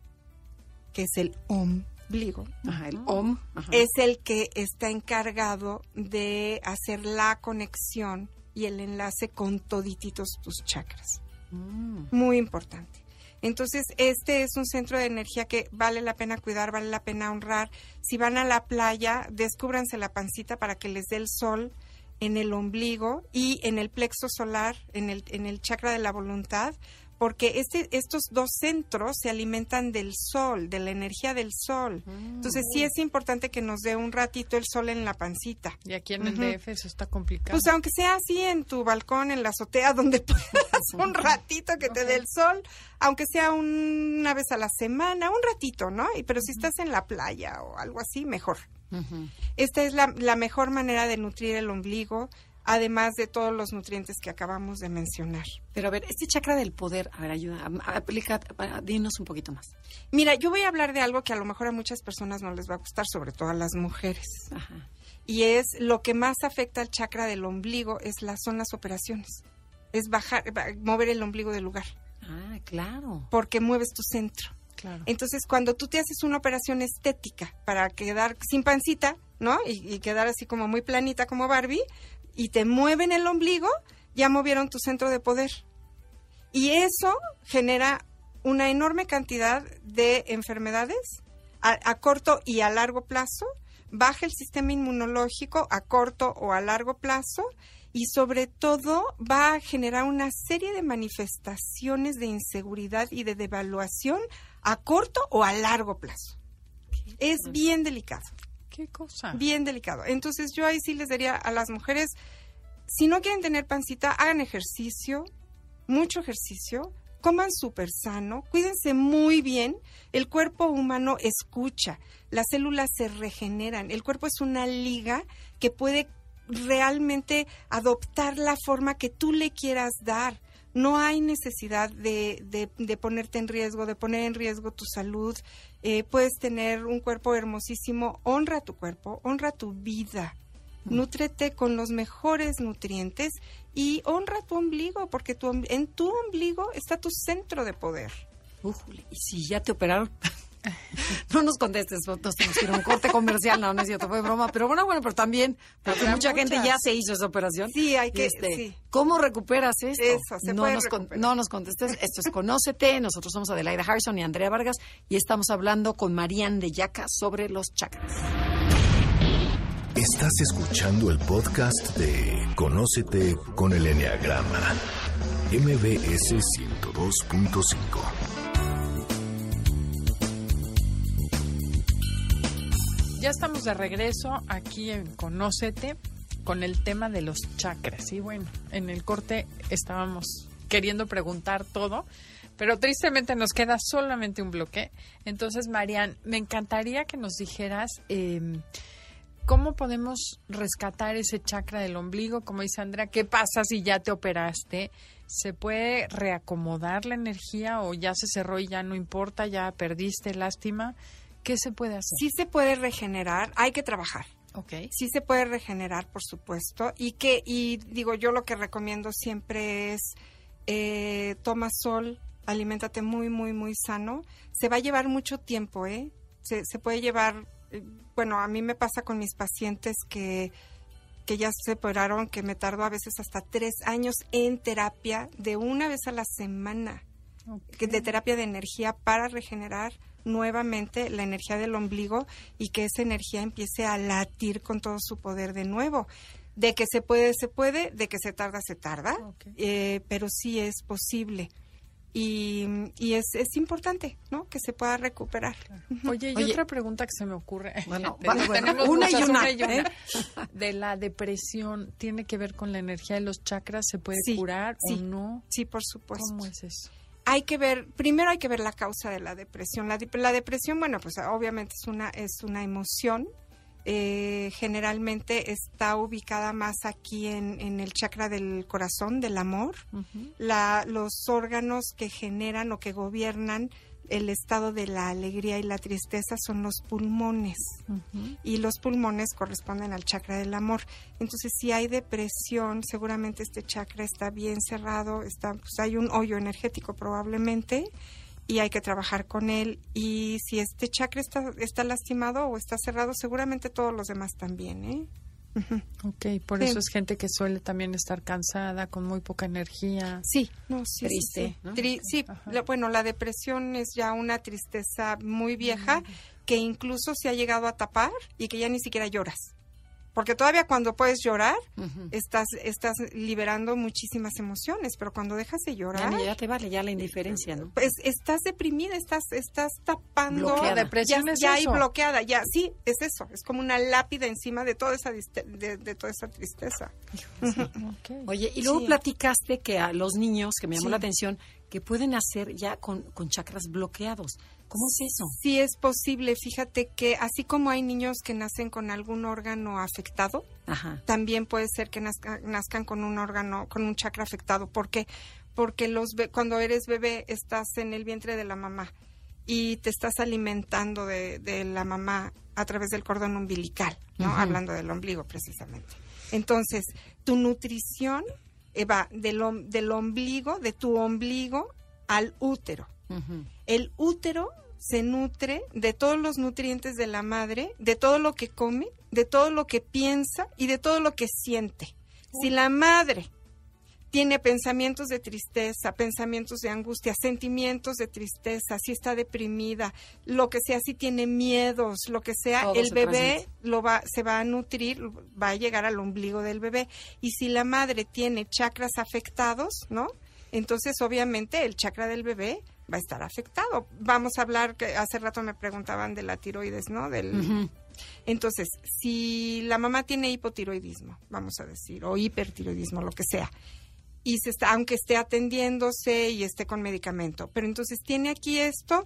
que es el ombligo, ajá, el om, ajá. es el que está encargado de hacer la conexión y el enlace con todititos tus chakras. Mm. Muy importante. Entonces, este es un centro de energía que vale la pena cuidar, vale la pena honrar. Si van a la playa, descúbranse la pancita para que les dé el sol en el ombligo y en el plexo solar, en el, en el chakra de la voluntad, porque este, estos dos centros se alimentan del sol, de la energía del sol. Mm. Entonces sí es importante que nos dé un ratito el sol en la pancita. Y aquí en el uh-huh. D F eso está complicado. Pues aunque sea así en tu balcón, en la azotea, donde puedas un ratito que te okay. dé el sol, aunque sea un, una vez a la semana, un ratito, ¿no? Y, pero uh-huh. si estás en la playa o algo así, mejor. Uh-huh. Esta es la, la mejor manera de nutrir el ombligo, además de todos los nutrientes que acabamos de mencionar. Pero a ver, este chakra del poder, a ver, ayuda, aplica, dinos un poquito más. Mira, yo voy a hablar de algo que a lo mejor a muchas personas no les va a gustar, sobre todo a las mujeres. Ajá. Y es lo que más afecta al chakra del ombligo, es las, son las operaciones. Es bajar, mover el ombligo del lugar. Ah, claro. Porque mueves tu centro. Claro. Entonces, cuando tú te haces una operación estética para quedar sin pancita, ¿no? Y, y quedar así como muy planita como Barbie, y te mueven el ombligo, ya movieron tu centro de poder. Y eso genera una enorme cantidad de enfermedades a, a corto y a largo plazo, baja el sistema inmunológico a corto o a largo plazo, y sobre todo va a generar una serie de manifestaciones de inseguridad y de devaluación a corto o a largo plazo. Es bien delicado. ¿Qué cosa? Bien delicado. Entonces yo ahí sí les diría a las mujeres, si no quieren tener pancita, hagan ejercicio, mucho ejercicio, coman súper sano, cuídense muy bien. El cuerpo humano escucha, las células se regeneran, el cuerpo es una liga que puede realmente adoptar la forma que tú le quieras dar. No hay necesidad de, de, de ponerte en riesgo, de poner en riesgo tu salud. Eh, puedes tener un cuerpo hermosísimo. Honra tu cuerpo, honra tu vida. Mm. Nútrete con los mejores nutrientes y honra tu ombligo, porque tu, en tu ombligo está tu centro de poder. Ujule, ¿y si ya te operaron? No nos contestes, nosotros tenemos que ir a un corte comercial, no, no es cierto, fue broma, pero bueno, bueno, pero también, porque mucha muchas. gente ya se hizo esa operación. Sí, hay que, este, sí. ¿Cómo recuperas esto? Eso, se no puede nos recuperar. con, No nos contestes, esto es Conócete, nosotros somos Adelaida Harrison y Andrea Vargas, y estamos hablando con Marian de Yaca sobre los chakras. Estás escuchando el podcast de Conócete con el Enneagrama, M B S ciento dos punto cinco. Ya estamos de regreso aquí en Conócete con el tema de los chakras. Y bueno, en el corte estábamos queriendo preguntar todo, pero tristemente nos queda solamente un bloque. Entonces, Marian, me encantaría que nos dijeras eh, ¿cómo podemos rescatar ese chakra del ombligo? Como dice Andrea, ¿qué pasa si ya te operaste? ¿Se puede reacomodar la energía o ya se cerró y ya no importa, ya perdiste, lástima? ¿Qué se puede hacer? Sí se puede regenerar, hay que trabajar. Okay. Sí se puede regenerar, por supuesto. Y que y digo, yo lo que recomiendo siempre es eh, toma sol, aliméntate muy, muy, muy sano. Se va a llevar mucho tiempo, ¿eh? Se, se puede llevar, eh, bueno, a mí me pasa con mis pacientes que, que ya se operaron, que me tardó a veces hasta tres años en terapia de una vez a la semana, okay. de terapia de energía para regenerar nuevamente la energía del ombligo y que esa energía empiece a latir con todo su poder de nuevo. De que se puede, se puede, de que se tarda, se tarda, okay. eh, pero sí es posible. Y, y es, es importante, ¿no? Que se pueda recuperar. Claro. Oye, y Oye, otra pregunta que se me ocurre. Bueno, de, bueno, tenemos una, muchas, y una, una y una. ¿eh? De la depresión, ¿tiene que ver con la energía de los chakras? ¿Se puede sí, curar sí, o no? Sí, por supuesto. ¿Cómo es eso? Hay que ver, primero hay que ver la causa de la depresión. La, la depresión, bueno, pues obviamente es una, es una emoción. Eh, generalmente está ubicada más aquí en, en el chakra del corazón, del amor. Uh-huh. La, los órganos que generan o que gobiernan el estado de la alegría y la tristeza son los pulmones. Uh-huh. Y los pulmones corresponden al chakra del amor. Entonces, si hay depresión, seguramente este chakra está bien cerrado, está, pues hay un hoyo energético probablemente, y hay que trabajar con él. Y si este chakra está, está lastimado o está cerrado, seguramente todos los demás también, ¿eh? Uh-huh. Ok, por sí. eso es gente que suele también estar cansada, con muy poca energía. Sí, no, sí, triste. Sí, ¿no? Tri- sí la, bueno, la depresión es ya una tristeza muy vieja uh-huh. que incluso se ha llegado a tapar y que ya ni siquiera lloras. Porque todavía cuando puedes llorar, uh-huh. estás estás liberando muchísimas emociones, pero cuando dejas de llorar... Ya, ya te vale, ya la indiferencia, ¿no? Pues estás deprimida, estás estás tapando... Bloqueada. La depresión ya, es ya eso. hay bloqueada, ya, sí, es eso. Es como una lápida encima de toda esa, diste- de, de toda esa tristeza. Uh-huh. Okay. Oye, y luego sí. platicaste que a los niños, que me llamó sí. la atención, que pueden hacer ya con, con chakras bloqueados. ¿Cómo es eso? Sí es posible. Fíjate que así como hay niños que nacen con algún órgano afectado, Ajá. también puede ser que nazca, nazcan con un órgano, con un chakra afectado. ¿Por qué? Porque los be- cuando eres bebé estás en el vientre de la mamá y te estás alimentando de, de la mamá a través del cordón umbilical, ¿no? Uh-huh. Hablando del ombligo precisamente. Entonces, tu nutrición eh, va del, om- del ombligo, de tu ombligo al útero. Uh-huh. El útero se nutre de todos los nutrientes de la madre, de todo lo que come, de todo lo que piensa y de todo lo que siente. Uh-huh. Si la madre tiene pensamientos de tristeza, pensamientos de angustia, sentimientos de tristeza, si está deprimida, lo que sea, si tiene miedos, lo que sea, todo el bebé lo va, se va a nutrir, va a llegar al ombligo del bebé. Y si la madre tiene chakras afectados, ¿no? Entonces, obviamente, el chakra del bebé va a estar afectado. Vamos a hablar, que hace rato me preguntaban de la tiroides, ¿no? Del, uh-huh. Entonces, si la mamá tiene hipotiroidismo, vamos a decir, o hipertiroidismo, lo que sea, y se está, aunque esté atendiéndose y esté con medicamento, pero entonces tiene aquí esto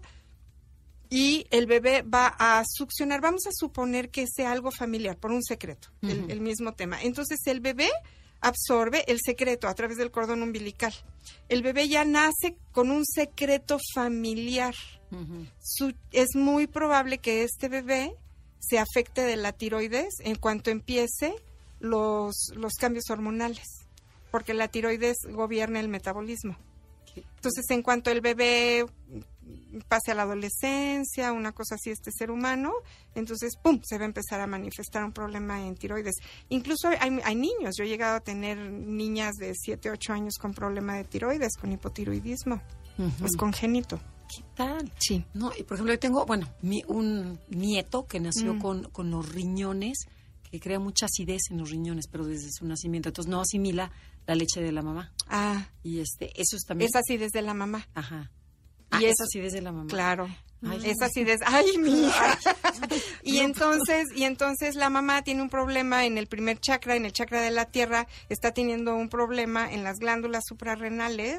y el bebé va a succionar, vamos a suponer que sea algo familiar, por un secreto, uh-huh. el, el mismo tema. Entonces, el bebé absorbe el secreto a través del cordón umbilical. El bebé ya nace con un secreto familiar. Uh-huh. Su, es muy probable que este bebé se afecte de la tiroides en cuanto empiece los, los cambios hormonales, porque la tiroides gobierna el metabolismo. Entonces, en cuanto el bebé pase a la adolescencia, una cosa así, este ser humano, entonces, ¡pum!, se va a empezar a manifestar un problema en tiroides. Incluso hay, hay niños, yo he llegado a tener niñas de siete, ocho años con problema de tiroides, con hipotiroidismo, uh-huh. es congénito. ¿Qué tal? Sí. No, y por ejemplo, yo tengo, bueno, mi, un nieto que nació mm. con, con los riñones, que crea mucha acidez en los riñones, pero desde su nacimiento, entonces no asimila la leche de la mamá. Ah. Y este, eso es también... Es acidez de la mamá. Ajá. Y ah, es, es acidez de la mamá. Claro. Ay, es acidez. ¡Ay, mi hija! y entonces, y entonces la mamá tiene un problema en el primer chakra, en el chakra de la tierra, está teniendo un problema en las glándulas suprarrenales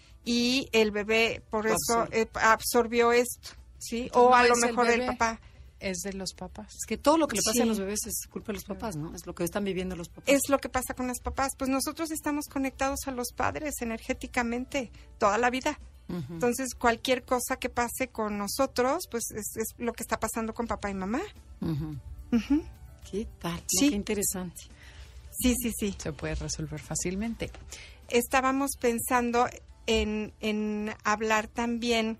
y el bebé por eso eh, absorbió esto, ¿sí? Entonces, o no a lo es el mejor el, bebé. papá. es de los papás. Es que todo lo que le pasa Sí. a los bebés es culpa de los papás, ¿no? Es lo que están viviendo los papás. Es lo que pasa con los papás. Pues nosotros estamos conectados a los padres energéticamente toda la vida. Ujú. Entonces, cualquier cosa que pase con nosotros, pues es, es lo que está pasando con papá y mamá. Ujú. Ujú. ¿Qué tal? No, Sí. qué interesante. Sí, sí, sí. Se puede resolver fácilmente. Estábamos pensando en, en hablar también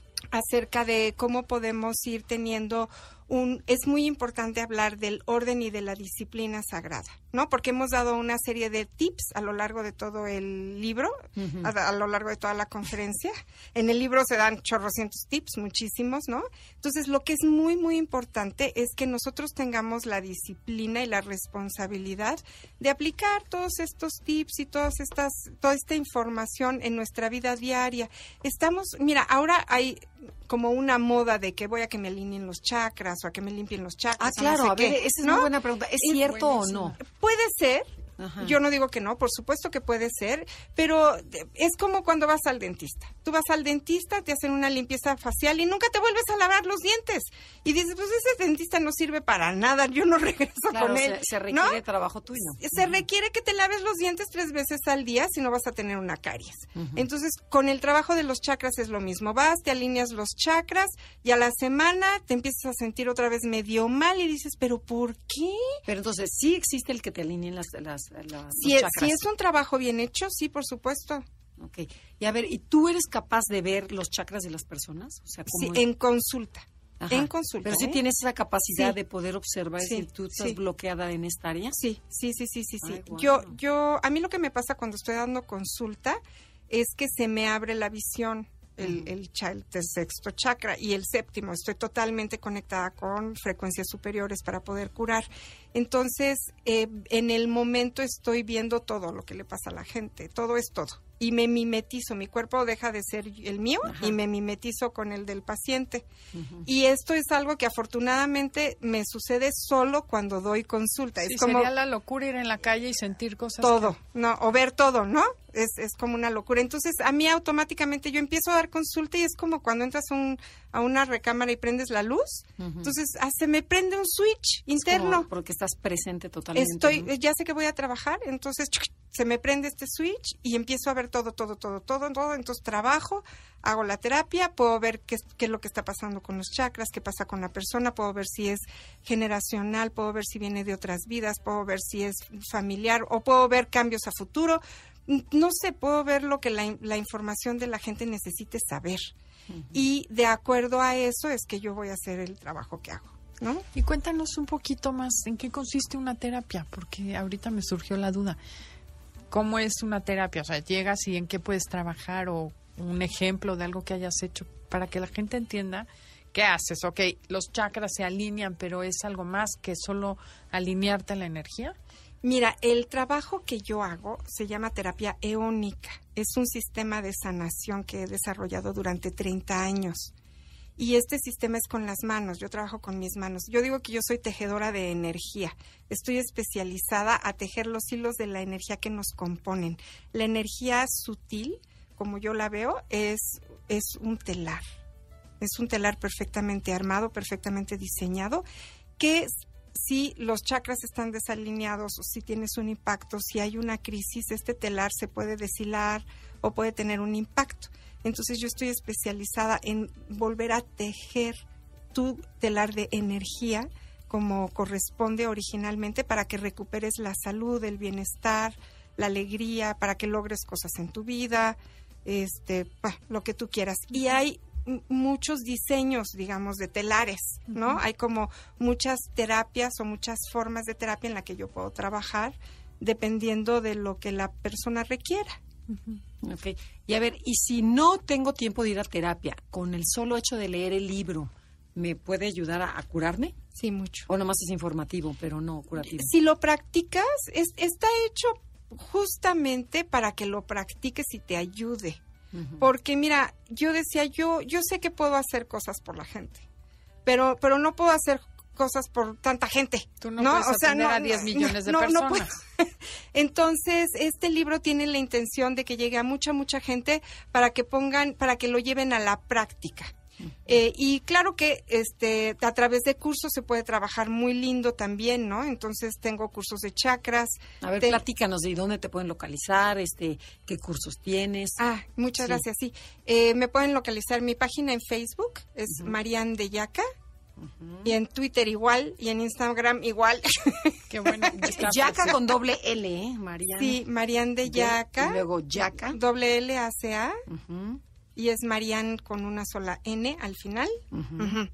acerca de cómo podemos ir teniendo un... Es muy importante hablar del orden y de la disciplina sagrada, ¿no? Porque hemos dado una serie de tips a lo largo de todo el libro, Ujú. a, a lo largo de toda la conferencia. En el libro se dan chorrocientos tips, muchísimos, ¿no? Entonces, lo que es muy, muy importante es que nosotros tengamos la disciplina y la responsabilidad de aplicar todos estos tips y todas estas, toda esta información en nuestra vida diaria. Estamos, mira, ahora hay como una moda de que voy a que me alineen los chakras o a que me limpien los chakras. Ah, o no claro, sé a ver, qué, esa es ¿no? muy buena pregunta. ¿Es, Es cierto o buenísimo. no? Puede ser. Ajá. Yo no digo que no, por supuesto que puede ser, pero de- es como cuando vas al dentista. Tú vas al dentista, te hacen una limpieza facial y nunca te vuelves a lavar los dientes. Y dices, pues ese dentista no sirve para nada, yo no regreso Claro, con se, él. se ¿no? requiere trabajo tuyo. Se requiere que te laves los dientes tres veces al día, si no vas a tener una caries. Ujú. Entonces, con el trabajo de los chakras es lo mismo. Vas, te alineas los chakras y a la semana te empiezas a sentir otra vez medio mal y dices, ¿pero por qué? Pero entonces, ¿sí existe el que te alineen las, las, las- Si los es, chakras? si es un trabajo bien hecho, sí, por supuesto. Ok. Y a ver, ¿y tú eres capaz de ver los chakras de las personas? O sea, Sí, ¿cómo es? en consulta. Ajá. En consulta. Pero sí ¿eh? tienes esa capacidad Sí. de poder observar Sí, si tú estás sí. bloqueada en esta área. Sí, sí, sí, sí, sí, sí. Ay, guau. Yo, yo, a mí lo que me pasa cuando estoy dando consulta es que se me abre la visión, el, Ujú. el, cha- el sexto chakra y el séptimo. Estoy totalmente conectada con frecuencias superiores para poder curar. Entonces, eh, en el momento estoy viendo todo lo que le pasa a la gente, todo es todo. Y me mimetizo, mi cuerpo deja de ser el mío Ajá. y me mimetizo con el del paciente. Ujú. Y esto es algo que afortunadamente me sucede solo cuando doy consulta. Sí, es como sería la locura ir en la calle y sentir cosas. todo, que- no, o ver todo, ¿no? Es, es como una locura. Entonces, a mí automáticamente yo empiezo a dar consulta y es como cuando entras a, un, a una recámara y prendes la luz. Ujú. Entonces, ah, se me prende un switch Es interno. como porque estás presente totalmente. Estoy, ¿no? ya sé que voy a trabajar, entonces chuc, se me prende este switch y empiezo a ver todo, todo, todo, todo, todo. Entonces trabajo, hago la terapia, puedo ver qué, es- qué es lo que está pasando con los chakras, qué pasa con la persona, puedo ver si es generacional, puedo ver si viene de otras vidas, puedo ver si es familiar o puedo ver cambios a futuro. N- No sé, puedo ver lo que la, in- la información de la gente necesite saber. Y de acuerdo a eso es que yo voy a hacer el trabajo que hago, ¿no? Y cuéntanos un poquito más en qué consiste una terapia, porque ahorita me surgió la duda. ¿Cómo es una terapia? O sea, llegas y en qué puedes trabajar o un ejemplo de algo que hayas hecho para que la gente entienda qué haces. Ok, los chakras se alinean, pero es algo más que solo alinearte a la energía. Mira, el trabajo que yo hago se llama terapia eónica. Es un sistema de sanación que he desarrollado durante treinta años. Y este sistema es con las manos. Yo trabajo con mis manos. Yo digo que yo soy tejedora de energía. Estoy especializada a tejer los hilos de la energía que nos componen. La energía sutil, como yo la veo, es, es un telar. Es un telar perfectamente armado, perfectamente diseñado, que si los chakras están desalineados o si tienes un impacto, si hay una crisis, este telar se puede deshilar o puede tener un impacto. Entonces yo estoy especializada en volver a tejer tu telar de energía como corresponde originalmente para que recuperes la salud, el bienestar, la alegría, para que logres cosas en tu vida, este, bah, lo que tú quieras. Y hay m- muchos diseños, digamos, de telares, ¿no? Ujú. Hay como muchas terapias o muchas formas de terapia en la que yo puedo trabajar dependiendo de lo que la persona requiera. Ok. Y a ver, y si no tengo tiempo de ir a terapia, con el solo hecho de leer el libro, ¿me puede ayudar a, a curarme? Sí, mucho. O nomás es informativo, pero no curativo. Si lo practicas, es, está hecho justamente para que lo practiques y te ayude. Ujú. Porque mira, yo decía, yo yo sé que puedo hacer cosas por la gente, pero pero no puedo hacer cosas por tanta gente. Tú no puedes atender a diez millones de no, no personas. puedo. Entonces, este libro tiene la intención de que llegue a mucha, mucha gente para que pongan, para que lo lleven a la práctica. Eh, y claro que este a través de cursos se puede trabajar muy lindo también, ¿no? Entonces tengo cursos de chakras. A ver, Te- platícanos de dónde te pueden localizar, este, qué cursos tienes. Ah, muchas Sí. gracias, sí. Eh, me pueden localizar mi página en Facebook, es Ujú. Marian de Yaca, y en Twitter igual, y en Instagram igual. Qué bueno. está Yaca precioso. con doble L, ¿eh, Mariana? Sí, Marian de Y Yaca, luego Yaca. doble L A C A, Ujú, y es Marian con una sola N al final. ujú. Ujú.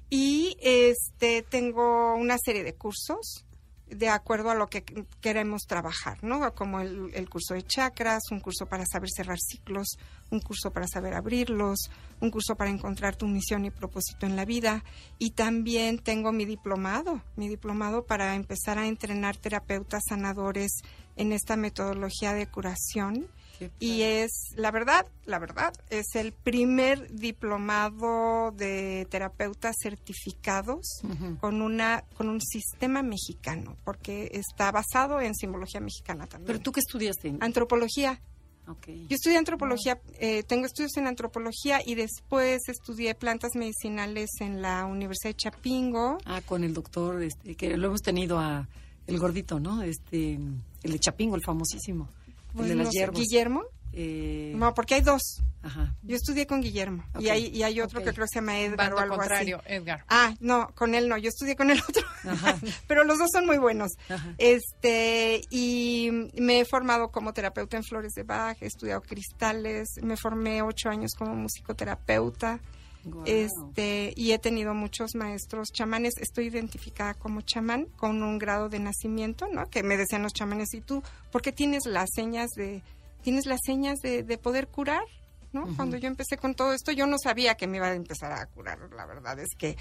Y este tengo una serie de cursos de acuerdo a lo que queremos trabajar, ¿no? Como el, el curso de chakras, un curso para saber cerrar ciclos, un curso para saber abrirlos, un curso para encontrar tu misión y propósito en la vida. Y también tengo mi diplomado, mi diplomado para empezar a entrenar terapeutas sanadores en esta metodología de curación. Qué Y padre. es, la verdad, la verdad, es el primer diplomado de terapeutas certificados Ujú. con una con un sistema mexicano, porque está basado en simbología mexicana también. ¿Pero tú qué estudiaste? Antropología. Ok. Yo estudié antropología, eh, tengo estudios en antropología y después estudié plantas medicinales en la Universidad de Chapingo. Ah, con el doctor, este, que lo hemos tenido a el gordito, ¿no? Este, el de Chapingo, el famosísimo. Pues, el de las no sé, hierbas. Guillermo. Eh, No, porque hay dos. Ajá. Yo estudié con Guillermo Ok. y hay y hay otro Ok. que creo que se llama Edgar Bando o algo contrario, así. Edgar. Ah, no, con él no, yo estudié con el otro. Ajá. Pero los dos son muy buenos. Ajá. Este, y me he formado como terapeuta en flores de Bach, he estudiado cristales, me formé ocho años como musicoterapeuta. Guau. Este, y he tenido muchos maestros chamanes, estoy identificada como chamán con un grado de nacimiento, ¿no? Que me decían los chamanes, ¿y tú por qué tienes las señas de tienes las señas de, de poder curar? ¿No? Ujú. Cuando yo empecé con todo esto, yo no sabía que me iba a empezar a curar, la verdad es que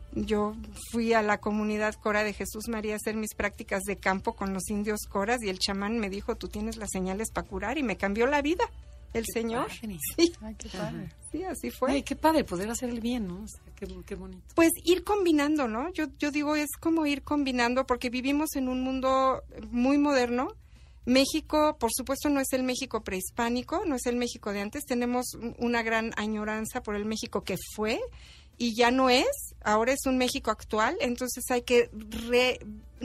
yo fui a la comunidad Cora de Jesús María a hacer mis prácticas de campo con los indios coras y el chamán me dijo, tú tienes las señales para curar, y me cambió la vida el señor. padre. Sí, Ay, qué padre. sí, así fue. Ay, qué padre poder hacer el bien, ¿no? O sea, qué, qué bonito. Pues ir combinando, ¿no? Yo, yo digo, es como ir combinando, porque vivimos en un mundo muy moderno. México, por supuesto, no es el México prehispánico, no es el México de antes. Tenemos un- una gran añoranza por el México que fue y ya no es. Ahora es un México actual, entonces hay que re-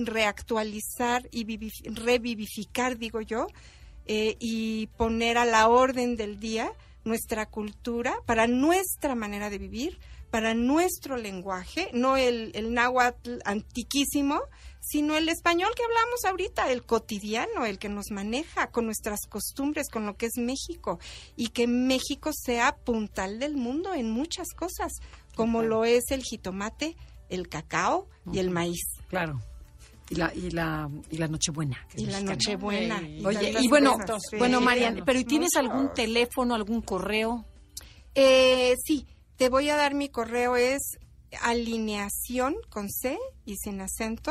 reactualizar y vivif- revivificar, digo yo, eh, y poner a la orden del día nuestra cultura para nuestra manera de vivir, para nuestro lenguaje, no el, el náhuatl antiquísimo, sino el español que hablamos ahorita, el cotidiano, el que nos maneja con nuestras costumbres, con lo que es México, y que México sea puntal del mundo en muchas cosas, como Claro. lo es el jitomate, el cacao y el Ujú. maíz. Claro. Y la, y la, y la Nochebuena. que es Y la mexicana. Nochebuena. Ay, y Oye, tantas y bueno, cosas, sí. bueno, Sí, Marian, bueno, pero ¿y tienes muchos. algún teléfono, algún correo? Eh, sí, te voy a dar mi correo, es alineación con C y sin acento,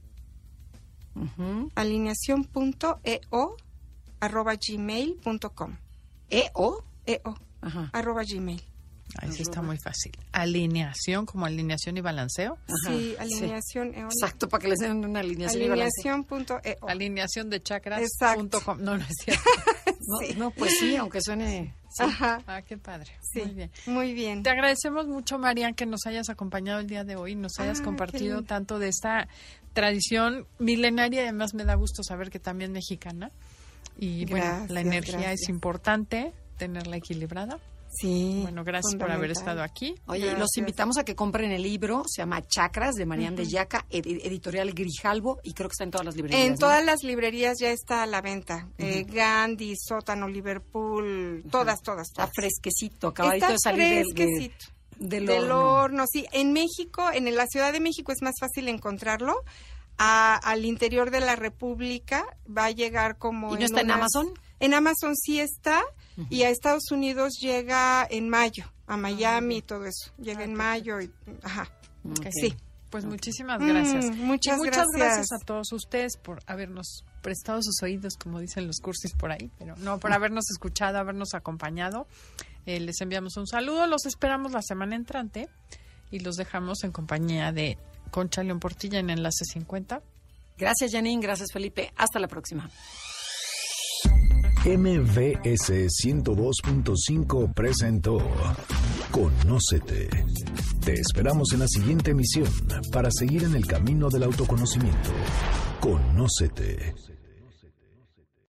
Ujú. alineación.eo arroba gmail punto com. ¿E o? eo Ajá. arroba gmail. Ahí sí está muy fácil. Alineación, como alineación y balanceo. Ajá, Sí, alineación eólica. Exacto, para que les den una alineación y balance. Alineación.eo. Alineación de chakras. Exacto. punto com. No, no es cierto. No, Sí. no, pues sí, aunque suene... sí. Ajá. Ah, qué padre. Sí. Muy bien. Muy bien. Te agradecemos mucho, Marian, que nos hayas acompañado el día de hoy, nos hayas Ah, qué compartido lindo. tanto de esta tradición milenaria, además me da gusto saber que también mexicana. Y bueno, Gracias, la energía gracias. es importante, tenerla equilibrada. Sí. Bueno, gracias por haber fundamental. estado aquí. Oye, y los Gracias. invitamos a que compren el libro, se llama Chakras, de Marian de Yaca, ed- editorial Grijalbo, y creo que está en todas las librerías. En ¿no? todas las librerías ya está a la venta. Eh, Gandhi, Sótano, Liverpool, todas, todas, Está todas. fresquecito, acabadito Está de salir del, de- fresquecito. del Del horno. horno, sí. En México, en la Ciudad de México es más fácil encontrarlo. A- al interior de la República va a llegar como... ¿Y no está en unas- Amazon? En Amazon sí está, y a Estados Unidos llega en mayo, a Miami y todo eso. Llega Ah, en mayo y... Ajá, Ok. sí. Pues muchísimas Mm, gracias. muchas y muchas gracias. gracias. a todos ustedes por habernos prestado sus oídos, como dicen los cursis por ahí, pero no, por habernos escuchado, habernos acompañado. Eh, les enviamos un saludo, los esperamos la semana entrante y los dejamos en compañía de Concha León Portilla en Enlace cincuenta. Gracias, Janine, gracias, Felipe. Hasta la próxima. M V S ciento dos punto cinco presentó Conócete. Te esperamos en la siguiente emisión para seguir en el camino del autoconocimiento. Conócete.